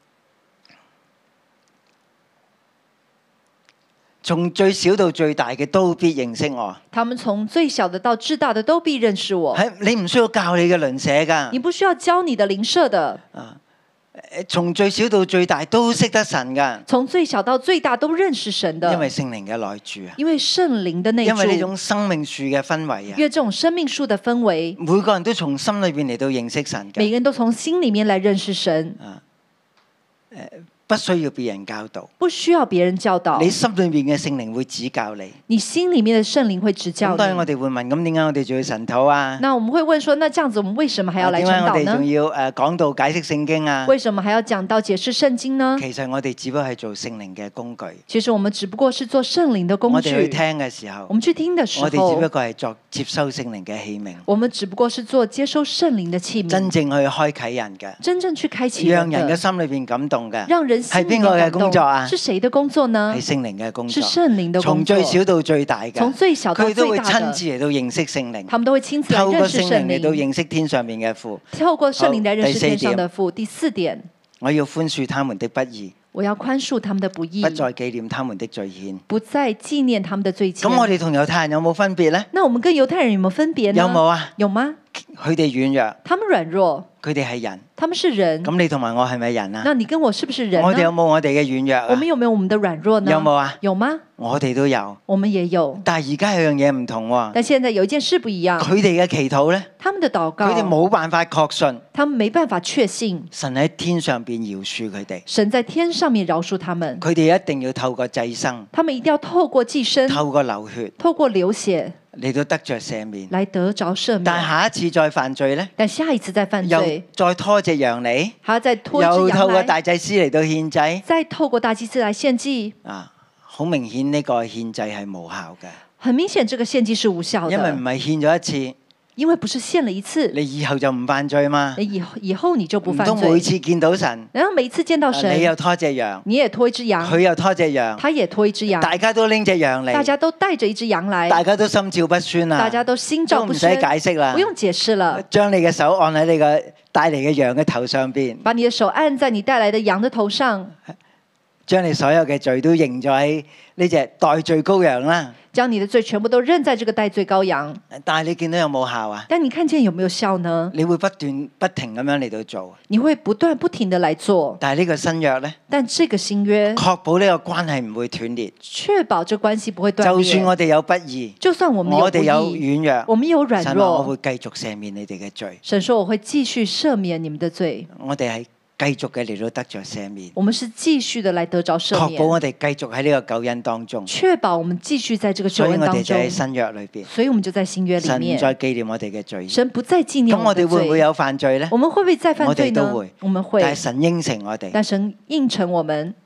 從最小到最大嘅都必認識我。 他們從最小的到至大的都必認識我。 係你唔需要教你嘅鄰舍㗎你，不需要教你的鄰舍的， 誒從最小到最大都識得神㗎， 從最小到最大都認識神的， 因為聖靈嘅內住啊， 因為聖靈的內住， 因為呢種生命樹嘅氛圍啊因，為這種生命樹的氛圍， 每個人都從心裏邊嚟到認識神嘅， 每個人都從心裡面來認識神， 不需要別人教導， 不需要別人教導， 你心裏面嘅聖靈會指教你。 你心裡面的聖靈會指教咁當然我你。 哋會問，咁點解我哋仲要神禱啊？ 那我們會問說，那這樣子我們為什麼還要來點解傳導呢我哋仲？要誒講道解釋聖經啊？ 為什麼還要講到解釋聖經呢？ 其實我哋只不過係做聖靈嘅工具。 其實我們只不過是做聖靈的工我哋去具。 聽嘅時候我，們去聽的時我哋只不候， 過係作接收聖靈嘅器皿， 我們只不過是做接收聖靈的器真皿， 正去開啟人嘅， 真正去開啟讓人嘅人的， 心裏邊感動嘅， 讓人心係邊個嘅裡感動工作啊？ 是誰的工作呢係？聖靈嘅工是作。 聖靈的從工作。 最小到最大嘅， 從最小到佢都會最大的， 親自嚟到認識聖靈， 他們都會親自來透過認識聖聖靈嚟到靈， 認識天上面嘅父。 透過聖靈來認識好第四天上點的父。第四點， 我要寬恕他們的不義， 我要寬恕他們的不義， 不再紀念他們的罪愆。 不再紀念他們的罪愆。 咁我哋同猶太人有冇分別呢？ 那我們跟猶太人有沒有分別呢？ 有冇啊？ 有嗎？ 佢哋軟弱， 他們軟弱， 佢哋係人。 他們是人。 咁你同埋我係咪人啊？ 那你跟我是不是人呢？ 我哋有冇我哋嘅軟弱啊？ 我們有沒有我們的軟弱呢？ 有冇啊？ 有嗎？ 我哋都有， 我們也有。 但係而家有樣嘢唔同喎。 但現在有一件事不一樣， 佢哋嘅祈禱呢， 他們的禱告， 佢哋冇辦法確信他們沒辦法確信神喺天上邊饒恕佢哋， 神在天上面饒恕他們， 佢哋一定要透過祭牲、 他們一定要透過祭牲， 透過流血透過流血嚟到得着赦免。 來得着赦免。 但係下一次再犯罪呢， 但下一次再犯又罪， 再拖隻羊嚟， 還要再拖一又透過隻羊來， 大祭司嚟到獻祭再透過大祭司來獻祭。 啊！好明顯呢個獻祭係無效嘅， 很明顯，這個獻祭是無效的， 因為唔係獻咗一次， 因為不是獻了一次， 你以後就唔犯罪嘛。 你以後以後你就不唔犯罪。 通每次見到神， 然後每一次見到神， 你又拖隻羊， 你也拖一隻羊， 佢又拖隻羊， 他也拖一隻羊， 大家都拎隻羊嚟， 大家都帶着一隻羊來， 大家都心照不宣啊！ 大家都心照不宣， 都唔使解釋啦不，用解釋了。 將你嘅手按喺你個帶嚟嘅羊嘅頭上邊， 把你的手按在你帶來的羊的頭上， 將你所有嘅罪都認咗喺呢隻代罪羔羊啦。 將你的罪全部都認在這個代罪羔羊。 但係你見到有冇效啊？ 但你看見有沒有效呢？ 你會不斷不停咁樣嚟到做， 你會不斷不停的來做。 但係呢個新約呢， 但這個新約確保呢個關係唔會斷裂。 確保這關係不會斷裂。 就算我哋有不義， 就算我們有不我哋有義， 軟弱， 我們有軟神話我弱， 會繼續赦免你哋嘅罪。 神說我會繼續赦免你們的罪。 我哋係繼續嘅嚟到得着赦免， 我們是繼續的來得着赦免， 確保我哋繼續喺呢個救恩當中。 確保我們繼續在這個救所以我哋恩當中。 就喺新約裏邊， 所以我們就在新約裡神唔面， 再紀念我哋嘅罪。 神不再紀念咁我哋我們的罪。 會唔會有犯罪呢？ 我們會不會再犯罪呢？ 我哋都會我們會。 但係神應承我哋， 但神應承我們，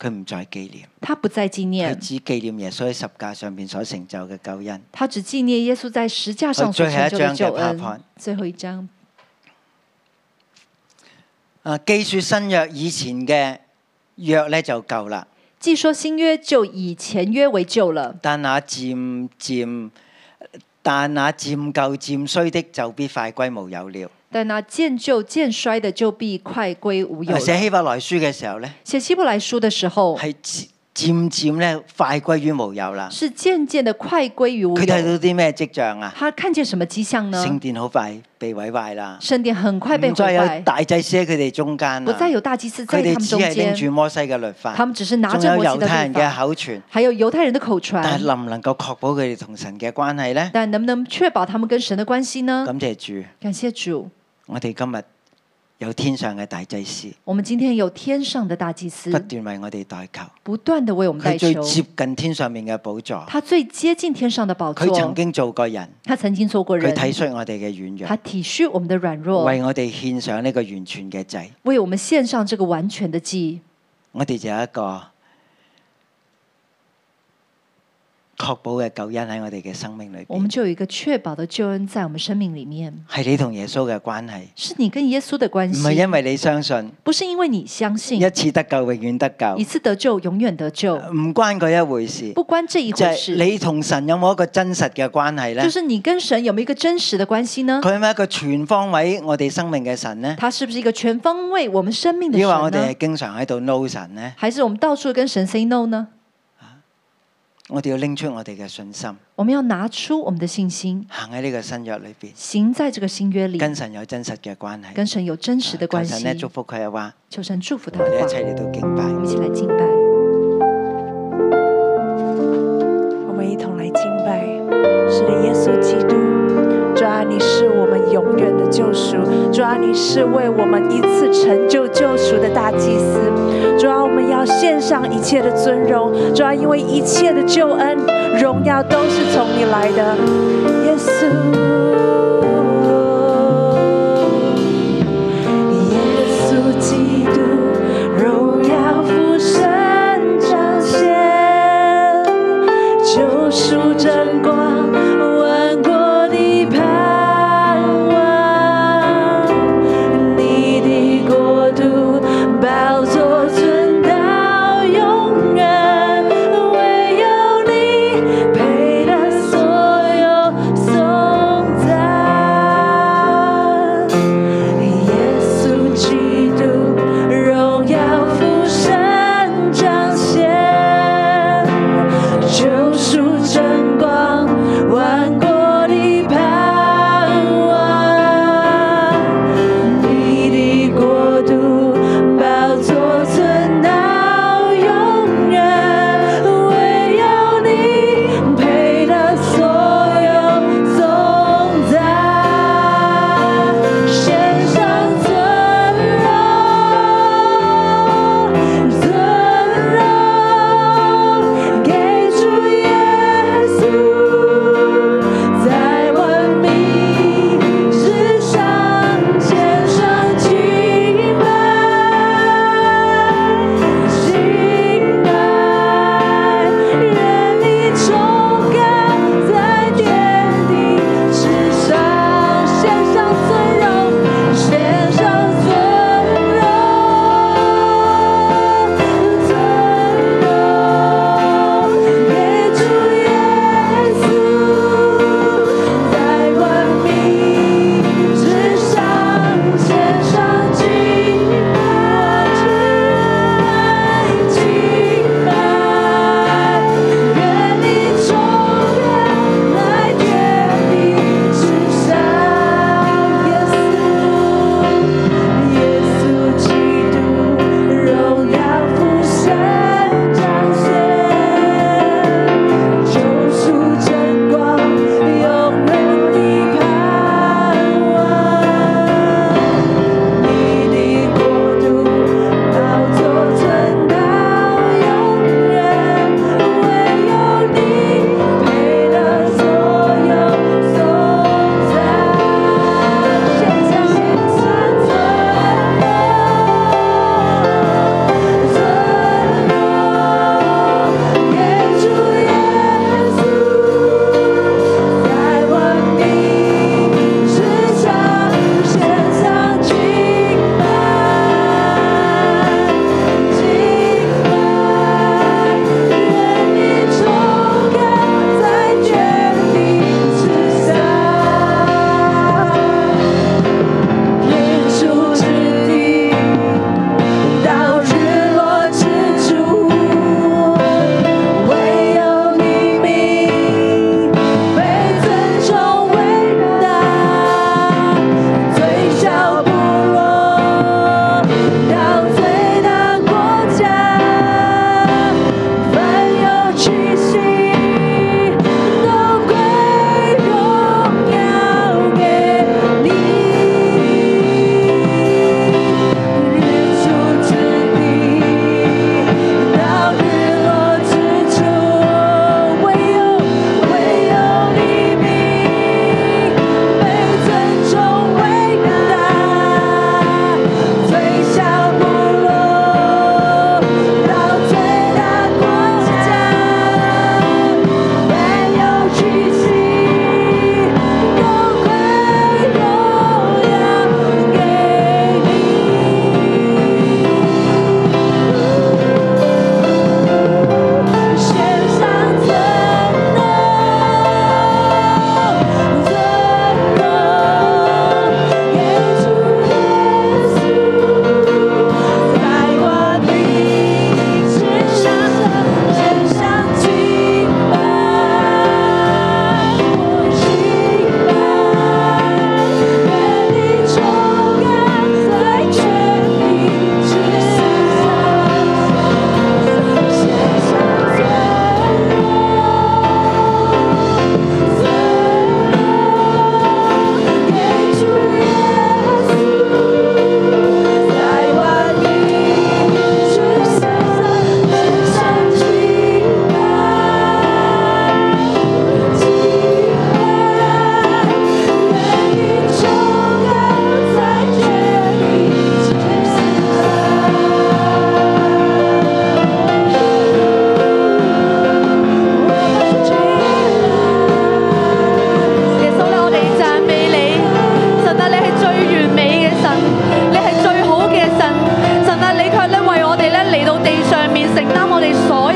佢唔再紀念， 他不再紀佢念， 只紀念耶穌喺十架上邊所成就嘅救恩。 他只紀念耶穌在十架上所成就的救恩。最後一章， 啊，既說新約以前嘅約咧就夠啦， 既說新約就以前約為舊了， 但那漸漸但那漸舊漸衰的就必快歸無有了。 但那漸舊漸衰的就必快歸無有了。 寫希伯來書嘅時候咧， 寫希伯來書的時候， 係漸漸咧快歸於無有啦。 是漸漸的快歸於無有。 佢睇到啲咩跡象啊？ 他看見什麼跡象呢？ 聖殿好快被毀壞啦， 聖殿很快被毀壞， 唔再有大祭司喺佢哋中間， 不再有大祭司在他們中間。 佢哋只係拎住摩西嘅律法， 他們只是拿着摩西的律法。 仲有猶太人嘅口傳， 還有猶太人的口傳。 但係能唔能夠確保佢哋同神嘅關係呢？ 但能不能確保他們跟神的關係呢？ 感謝主， 感謝主， 我哋今日有天上嘅大祭司， 我們今天有天上的大祭司， 不斷為我哋代求， 不斷的為我們代求。 佢最接近天上面嘅寶座， 他最接近天上的寶座。 佢曾經做過人， 他曾經做過人， 佢體恤我哋嘅軟弱， 他體恤我們的軟弱， 為我哋獻上呢個完全嘅祭， 為我們獻上這個完全的祭。 我哋就有一個確保嘅救恩喺我哋嘅生命裏邊， 我們就有一個確保的救恩在我們生命裡面。 係你同耶穌嘅關係， 是你跟耶穌的關係， 唔係因為你相信， 不是因為你相信， 一次得救永遠得救， 一次得救永遠得救， 唔關嗰一回事， 不關這一回事。 你同神有冇一個真實嘅關係呢？ 就是你跟神有沒有一個真實的關係呢？ 佢係咪一個全方位我哋生命嘅神呢？ 他是不是一個全方位我們生命的神呢？ 抑或我哋係經常喺度 no 神呢？ 還是我們到處跟神 say no 呢？ 我哋要拎出我哋嘅信心， 我們要拿出我們的信心， 行喺呢個新約裏邊， 行在這個新約裏， 跟神有真實嘅關係， 跟神有真實的關係。 求神咧祝福佢嘅話， 求神祝福他的話， 我哋一齊嚟到敬拜， 我們一起來敬拜， 我們一同來敬拜。是的，耶穌基督，主啊，你是我們永遠的救贖，主啊，你是為我們一次成就救贖的大祭司，主啊，我們要獻上一切的尊榮，主啊，因為一切的救恩、榮耀都是從你來的，耶穌。配得所有颂讚。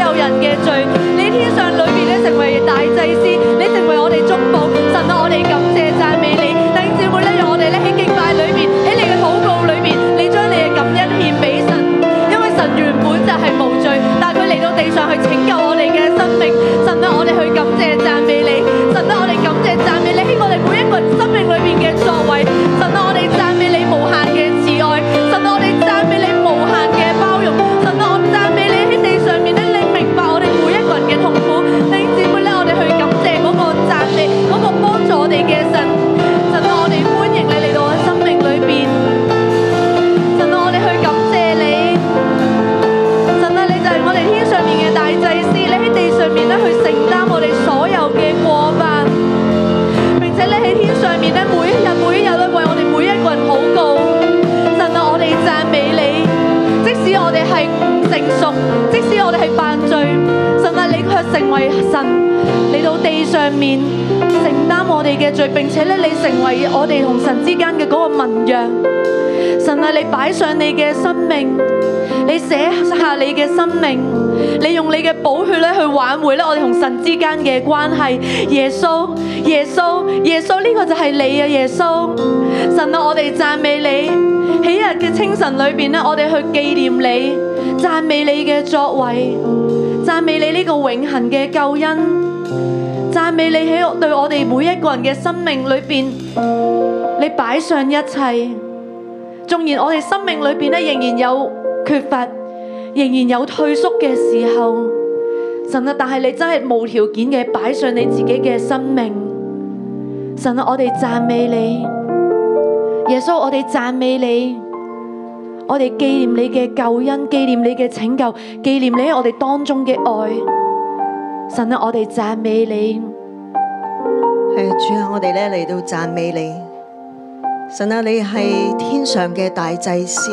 有人嘅罪。你天上裏邊咧成為大祭司，你成為我哋中保。神啊，我哋感謝讚美你。弟兄姊妹咧，讓我哋咧喺敬拜裏邊，喺你嘅禱告裏邊，你將你嘅感恩獻俾神，因為神原本就係無罪，但係佢嚟到地上去拯救我哋嘅生命。神啊，我哋去感謝讚美你。神啊，我哋感謝讚美你喺我哋每一個人生命裏邊嘅作為。神啊，我哋讚美你無限嘅慈愛。神啊，我哋讚美你無限嘅包容。神啊，我讚美你喺地上面咧，你明白我哋每一個人嘅痛苦。弟兄姊妹咧，我哋去感謝嗰個讚美，嗰個幫助我哋嘅神。神啊，我哋歡迎你嚟到我生命裏邊。神啊，我哋去感謝你。神啊，你就係我哋天上面嘅大祭司，你喺地上面咧去承擔我哋所有嘅過犯，並且你喺天上面咧每一日每一日咧為我哋每一個人禱告。神啊，我哋讚美你。即使我哋係唔成熟，即使我哋係犯罪，神啊，你卻成為神嚟到地上面承擔我哋嘅罪，並且咧你成為我哋同神之間嘅嗰個盟約。神啊，你擺上你嘅生命，你寫下你嘅生命，你用你嘅寶血咧去挽回咧我哋同神之間嘅關係。耶穌，耶穌，耶穌，呢個就係你啊！耶穌，神啊，我哋讚美你。喺一日嘅清晨裏邊咧，我哋去紀念你，讚美你嘅作為，讚美你呢個永恆嘅救恩，讚美你喺對我哋每一個人嘅生命裏邊，你擺上一切。縱然我哋生命裏邊咧仍然有缺乏，仍然有退縮嘅時候，神啊，但係你真係無條件嘅擺上你自己嘅生命。神啊，我哋讚美你。耶穌，我哋讚美你，我哋紀念你嘅救恩，紀念你嘅拯救，紀念你喺我哋當中嘅愛。神啊，我哋讚美你。 係主啊，我哋咧嚟到讚美你。神啊，你係天上嘅大祭司。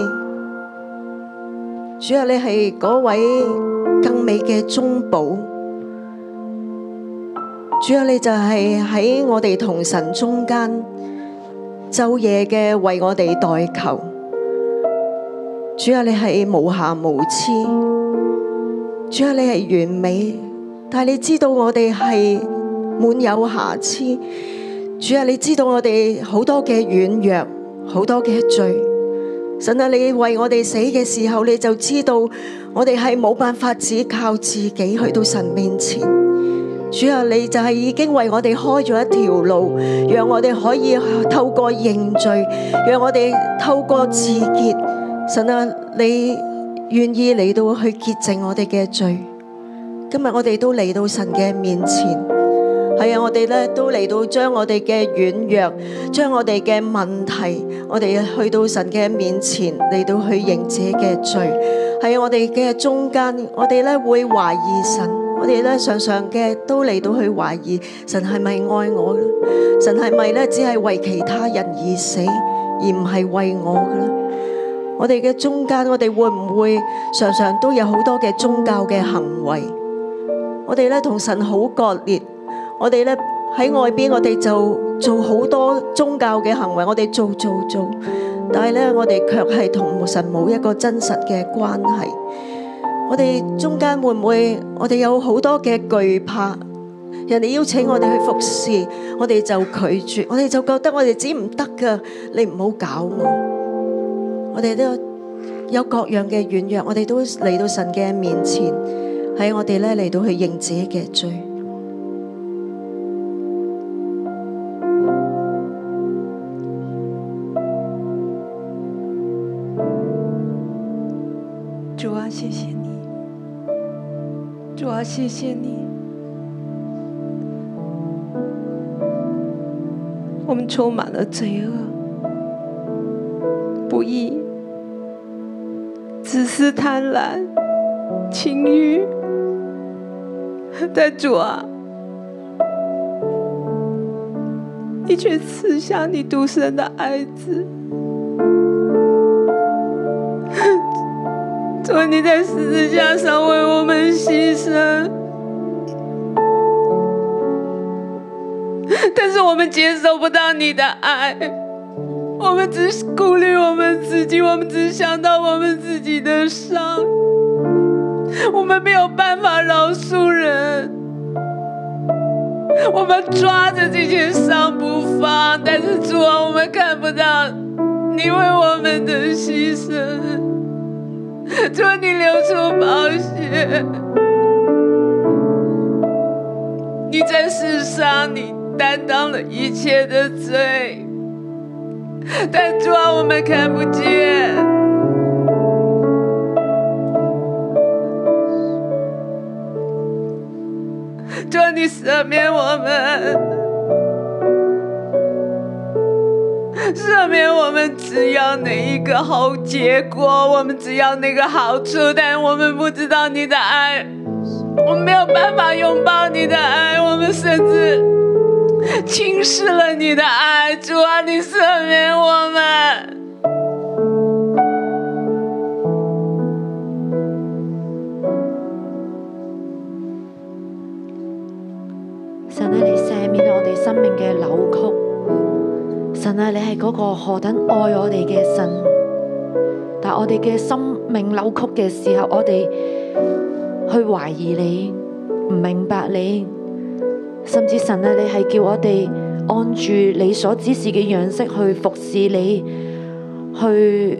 主啊，你係嗰位更美嘅中保。主啊，你就係喺我哋同神中間，晝夜嘅為我哋代求。主啊，你係無瑕無疵。主啊，你係完美，但係你知道我哋係滿有瑕疵。主啊，你知道我哋好多嘅軟弱，好多嘅罪。神啊，你為我哋死嘅時候，你就知道我哋係冇辦法只靠自己去到神面前。主啊，你就係已經為我哋開咗一條路，讓我哋可以透過認罪，讓我哋透過自潔。神啊，你願意嚟到去潔淨我哋嘅罪。今日我哋都嚟到神嘅面前，係啊，我哋咧都嚟到將我哋嘅軟弱，將我哋嘅問題，我哋去到神嘅面前嚟到去認自己嘅罪。係啊，我哋嘅中間，我哋咧會懷疑神。我哋咧常常嘅都嚟到去懷疑神係咪愛我？神係咪咧只係為其他人而死，而唔係為我噶啦？我哋嘅中間，我哋會唔會常常都有好多嘅宗教嘅行為？我哋咧同神好割裂，我哋咧喺外邊，我哋就做好多宗教嘅行為，我哋做做做，但係咧我哋卻係同神冇一個真實嘅關係。我哋中間會唔會我哋有好多嘅懼怕？人哋邀請我哋去服侍，我哋就拒絕，我哋就覺得我哋自己唔得㗎，你唔好搞我。我哋都有各樣嘅軟弱，我哋都嚟到神嘅面前，喺我哋咧嚟到去認自己嘅罪。 主啊，謝謝你。主啊，謝謝你。我們充滿了罪惡、不義、自私、貪婪、情慾。但主啊，你卻賜下你獨生的愛子。主啊，你在十字架上為我們犧牲，但是我們接受不到你的愛，我們只顧慮我們自己，我們只想到我們自己的傷。 我们没有办法饶恕人，我们抓着这件伤不放，但是主啊，我们看不到你为我们的牺牲。主啊，你流出宝血，你在世上你担当了一切的罪，但主啊，我们看不见。主啊，你赦免我们，赦免我们，只要那一个好结果，我们只要那个好处，但我们不知道你的爱，我们没有办法拥抱你的爱，我们甚至轻视了你的爱。主啊，你赦免我们。 神啊，你赦免我哋生命嘅扭曲。神啊，你係嗰個何等愛我哋嘅神，但我哋嘅生命扭曲嘅時候，我哋去懷疑你，唔明白你，甚至神啊，你係叫我哋按住你所指示嘅樣式去服侍你，去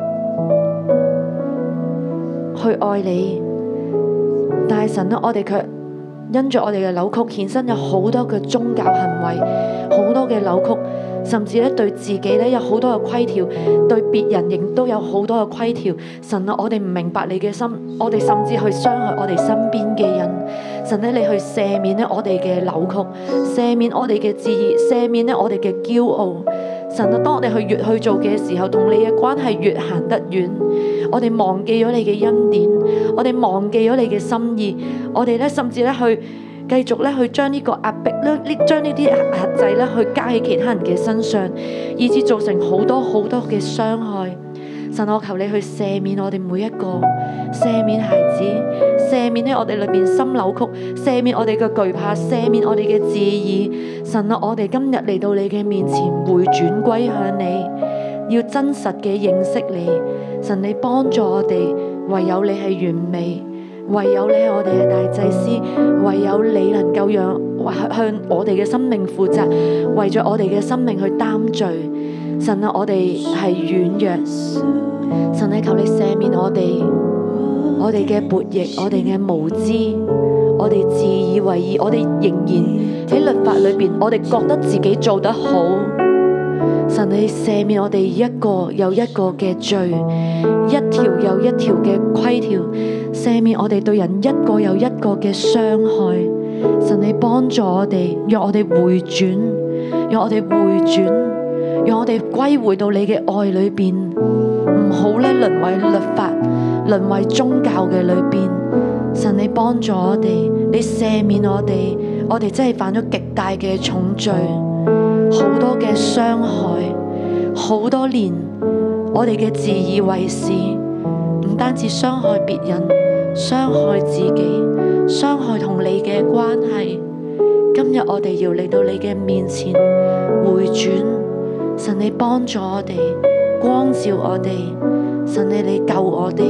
去愛你，但係神啊，我哋卻因着我哋嘅扭曲，衍生有好多嘅宗教行為，好多嘅扭曲，甚至咧對自己咧有好多嘅規條，對別人亦都有好多嘅規條。神啊，我哋唔明白你嘅心，我哋甚至去傷害我哋身邊嘅人。神咧，你去赦免咧我哋嘅扭曲，赦免我哋嘅自義，赦免咧我哋嘅驕傲。神啊，當我哋去越去做嘅時候，同你嘅關係越行得遠，我哋忘記咗你嘅恩典，我哋忘記咗你嘅心意，我哋咧甚至咧去繼續咧去將呢個壓迫咧，呢將呢啲壓制咧去加喺其他人嘅身上，以致造成好多好多嘅傷害。神，我求你去赦免我哋每一個，赦免孩子，赦免咧我哋裏邊心扭曲，赦免我哋嘅懼怕，赦免我哋嘅自義。神啊，我哋今日嚟到你嘅面前，回轉歸向你，要真實嘅認識你。神，你幫助我哋，唯有你係完美，唯有你係我哋嘅大祭司，唯有你能夠讓向我哋嘅生命負責，為咗我哋嘅生命去擔罪。神啊，我哋係軟弱，神啊，求你赦免我哋，我哋嘅悖逆，我哋嘅無知，我哋自以為義，我哋仍然喺律法裏邊，我哋覺得自己做得好。神，你赦免我哋一個又一個嘅罪，一條又一條嘅規條，赦免我哋對人一個又一個嘅傷害。神，你幫助我哋，讓我哋回轉，讓我哋回轉，讓我哋歸回到你嘅愛裏邊，唔好咧淪為律法，淪為宗教嘅裏邊。神，你幫助我哋，你赦免我哋，我哋真係犯咗極大嘅重罪，好多嘅傷害，好多年我哋嘅自以為是，唔單止傷害別人，傷害自己，傷害同你嘅關係。今日我哋要嚟到你嘅面前回轉，神，你幫助我哋，光照我哋，神，你你救我哋。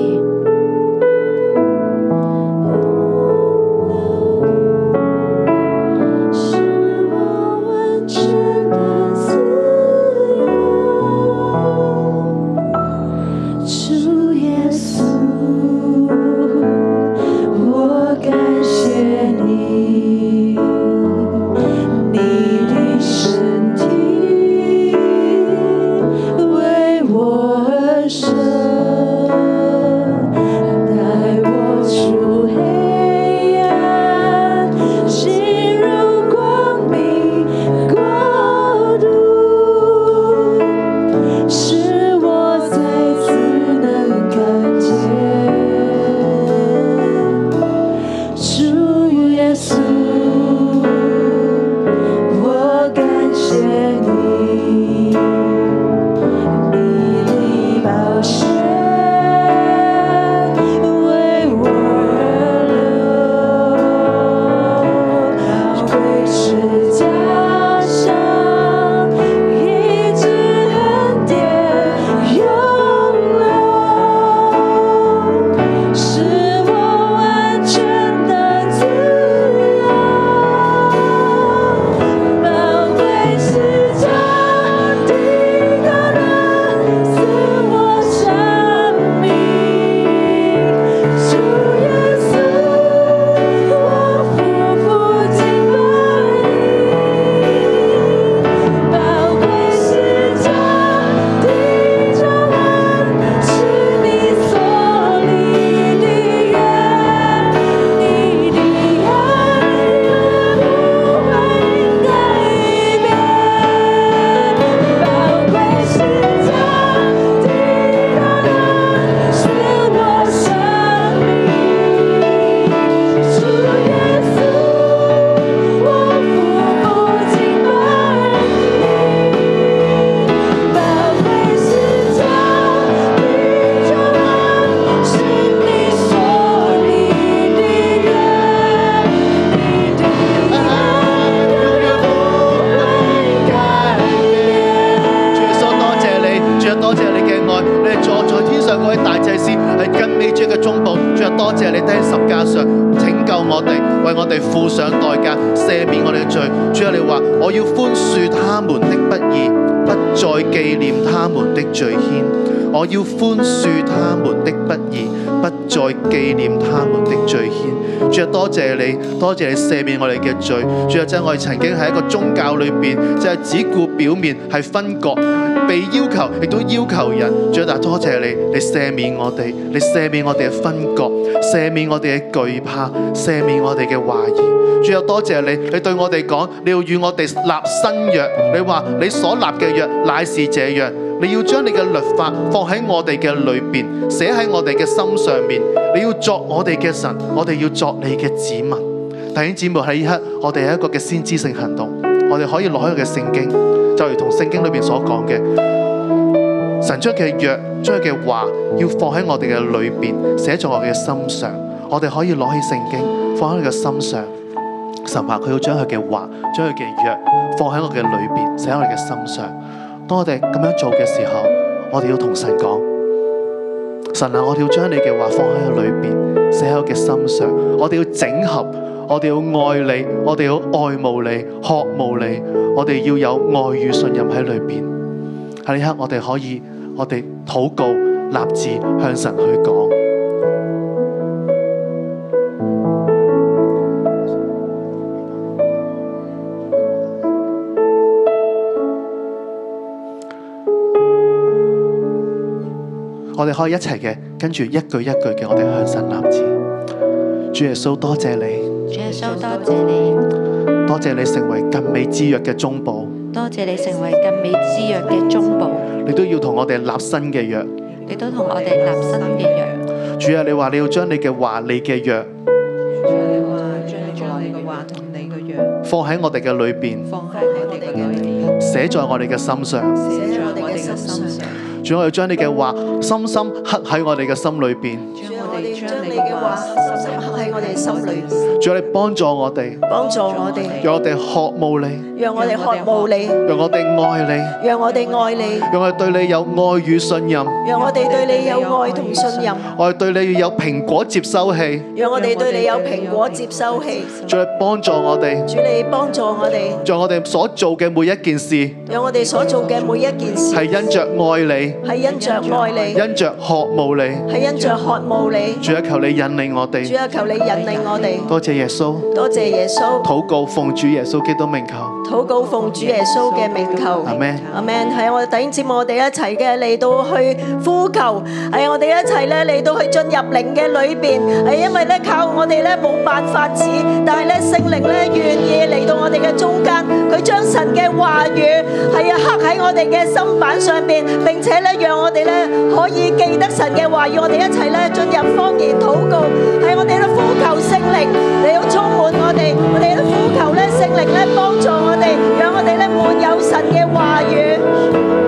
为我而生。 我哋，為我哋付上代價，赦免我哋嘅罪。主啊，你話我要寬恕他們的不義，不再紀念他們的罪愆。我要寬恕他們的不義，不再紀念他們的罪愆。主啊，多謝你，多謝你赦免我哋嘅罪。主啊，真係我哋曾經喺一個宗教裏邊，就係只顧表面，係分割，被要求亦都要求人。主啊，但多謝你，你赦免我哋，你赦免我哋嘅分割，赦免我哋嘅懼怕，赦免我哋嘅懷疑。主啊，多謝你，你對我哋講，你要與我哋立新約。你話你所立嘅約乃是這樣。你要將你嘅律法放喺我哋嘅裏邊，寫喺我哋嘅心上面。你要作我哋嘅神，我哋要作你嘅子民。弟兄姊妹，喺呢刻，我哋有一個嘅先知性行動，我哋可以攞佢嘅聖經，就如同聖經裏邊所講嘅，神將佢嘅約、將佢嘅話，要放喺我哋嘅裏邊，寫在我哋嘅心上。我哋可以攞起聖經，放喺佢嘅心上。神話佢要將佢嘅話、將佢嘅約放喺我嘅裏邊，寫喺我哋嘅心上。當我哋咁樣做嘅時候，我哋要同神講：神啊，我哋要將你嘅話放喺個裏邊，寫喺我嘅心上。我哋要整合，我哋要愛你，我哋要愛慕你、渴慕你。我哋要有愛與信任喺裏邊。喺呢刻，我哋可以，我哋禱告、立志向神去講。我哋可以一齊嘅跟住一句一句嘅，我哋向神立志。主耶穌，多謝你。 主耶穌，多謝你。 多謝你成為更美之約嘅中保。 多謝你成為更美之約嘅中保。 你都要同我哋立新嘅約。 你都同我哋立新嘅約。 主啊，你話你要將你嘅話、你嘅約。 主啊，你話將你嘅話同你嘅約放喺我哋嘅裏邊。 放喺我哋嘅裏邊。 寫在我哋嘅心上。 寫在我哋嘅心上。 主，我要將你嘅話深深刻喺我哋嘅心裏邊。 主，我哋將你嘅話深深刻喺我哋心裏邊。 主，你幫助我哋， 幫助我哋， 讓我哋渴慕你， 讓我哋渴慕你， 讓我哋愛你， 讓我哋愛你， 讓我哋對你有愛與信任， 讓我哋對你有愛同信任， 我哋對你要有蘋果接收器， 讓我哋對你有蘋果接收器。 主，你幫助我哋， 主，你幫助我哋， 讓我哋所做嘅每一件事， 讓我哋所做嘅每一件事係因着愛你， 係因着愛你， 因着渴慕你， 係因着渴慕你。 主啊，求你引領我哋， 主啊，求你引領我哋。 多謝耶穌， 多謝耶穌。 禱告奉主耶穌基督名求， 禱告奉主耶穌嘅名求。 阿們。 阿們。係我哋弟兄姊妹，我哋一齊嘅嚟到去呼求，係我哋一齊咧嚟到去進入靈嘅裏邊。係因為咧靠我哋咧冇辦法子，但係咧聖靈咧願意嚟到我哋嘅中間，佢將神嘅話語係啊刻喺我哋嘅心板上邊，並且咧讓我哋咧可以記得神嘅話語。我哋一齊咧進入方言禱告，係我哋咧呼求聖靈嚟到充滿我哋，我哋咧呼求咧聖靈咧幫助我哋，讓我哋咧滿有神嘅話語。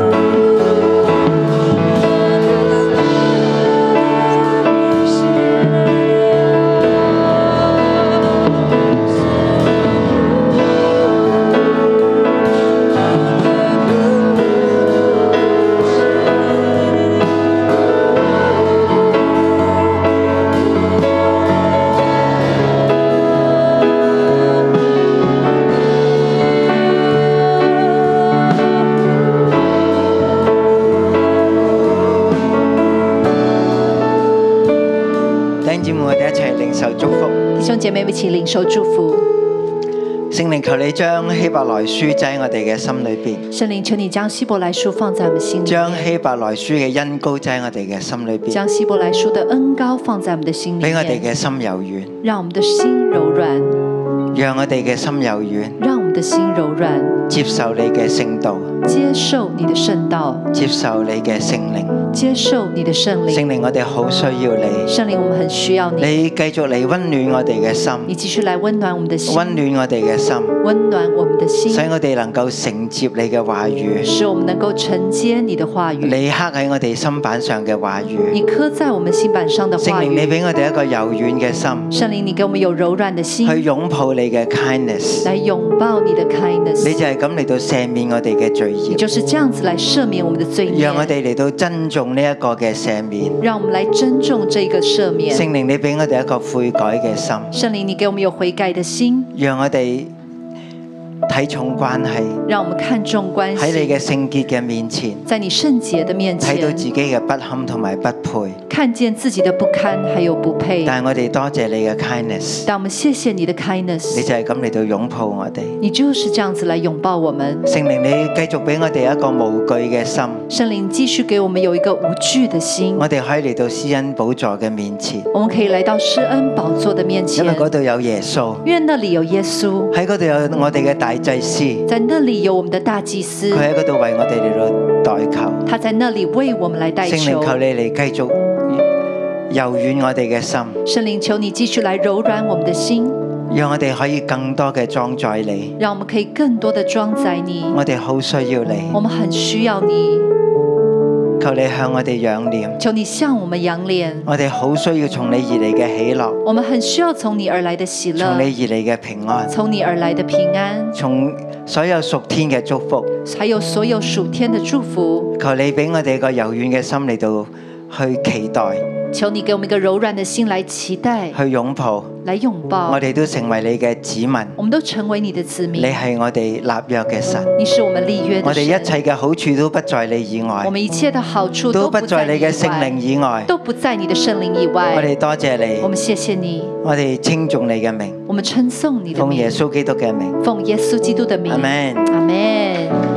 弟兄姐妹一起領受祝福。 聖靈，求你將希伯來書擠喺我哋嘅心裏邊。 聖靈，求你將希伯來書放在我們心裏。 將希伯來書嘅恩膏擠喺我哋嘅心裏邊。 將希伯來書的恩膏放在我們的心裏面。 俾我哋嘅心柔軟。 讓我們的心柔軟。 讓我哋嘅心柔軟。 讓我們的心柔軟。 接受你嘅聖道。 接受你的聖道。 接受你嘅聖靈。 接受你的聖靈。 聖靈，我哋好需要你。 聖靈，我們很需要你。 你繼續嚟溫暖我哋嘅心。 你繼續來溫暖我們的心。 溫暖我哋嘅心。 溫暖我們的心。 使我哋能夠承接你嘅話語。 使我們能夠承接你的話語。 你刻喺我哋心板上嘅話語。 你刻在我們心板上的話語。 聖靈，你俾我哋一個柔軟嘅心。 聖靈，你給我們有柔軟的心。 去擁抱你嘅 kindness。 來擁抱你的 kindness。 你就係咁嚟到赦免我哋嘅罪孽。 你就是這樣子來赦免我們的罪孽。 讓我哋嚟到珍重重呢一個嘅赦免。 讓我們來珍重這個赦免。 聖靈，你俾我哋一個悔改嘅心。 聖靈，你給我們有悔改的心， 讓我哋睇重關係， 讓我們看重關係。 喺你嘅聖潔嘅面前， 在你聖潔的面前， 睇到自己嘅不堪同埋不配， 看見自己的不堪還有不配。 但係我哋多謝你嘅 kindness， 但我們謝謝你的 kindness， 你就係咁嚟到擁抱我哋。 你就是這樣子來擁抱我們。 聖靈，你繼續俾我哋一個無懼嘅心。 聖靈繼續給我們有一個無懼的心， 我哋可以嚟到施恩寶座嘅面前， 我們可以來到施恩寶座的面前， 因為嗰度有耶穌， 因為那裡有耶穌， 喺嗰度有我哋嘅大祭司， 在那裡有我們的大祭司， 佢喺嗰度為我哋嚟到代求。 他在那裡為我們來代聖求。 靈，求你嚟繼續柔軟我哋嘅心， 聖靈，求你繼續來柔軟我們的心， 讓我哋可以更多嘅裝載你。 讓我們可以更多的裝載你。 我哋好需要你， 我們很需要你， 求你向我哋仰臉。 求你向我們仰臉。 我哋好需要從你而嚟嘅喜樂， 我們很需要從你而來的喜樂， 從你而嚟嘅平安， 從你而來的平安， 從所有屬天嘅祝福， 還有所有屬天的祝福。 求你俾我哋個柔軟嘅心嚟到去期待， 求你給我們一個柔軟的心來期待， 去擁抱， 來擁抱。 我哋都成為你嘅子民， 我們都成為你的子民。 你係我哋立約嘅神， 你是我們立約的神。 我哋一切嘅好處都不在你以外， 我們一切的好處都都不在你嘅聖靈以外， 都不在你的聖靈以外。 我哋多謝你， 我們謝謝你， 我哋稱頌你嘅名， 我們稱頌你的名， 奉耶穌基督嘅名， 奉耶穌基督的名。 阿門。 阿門。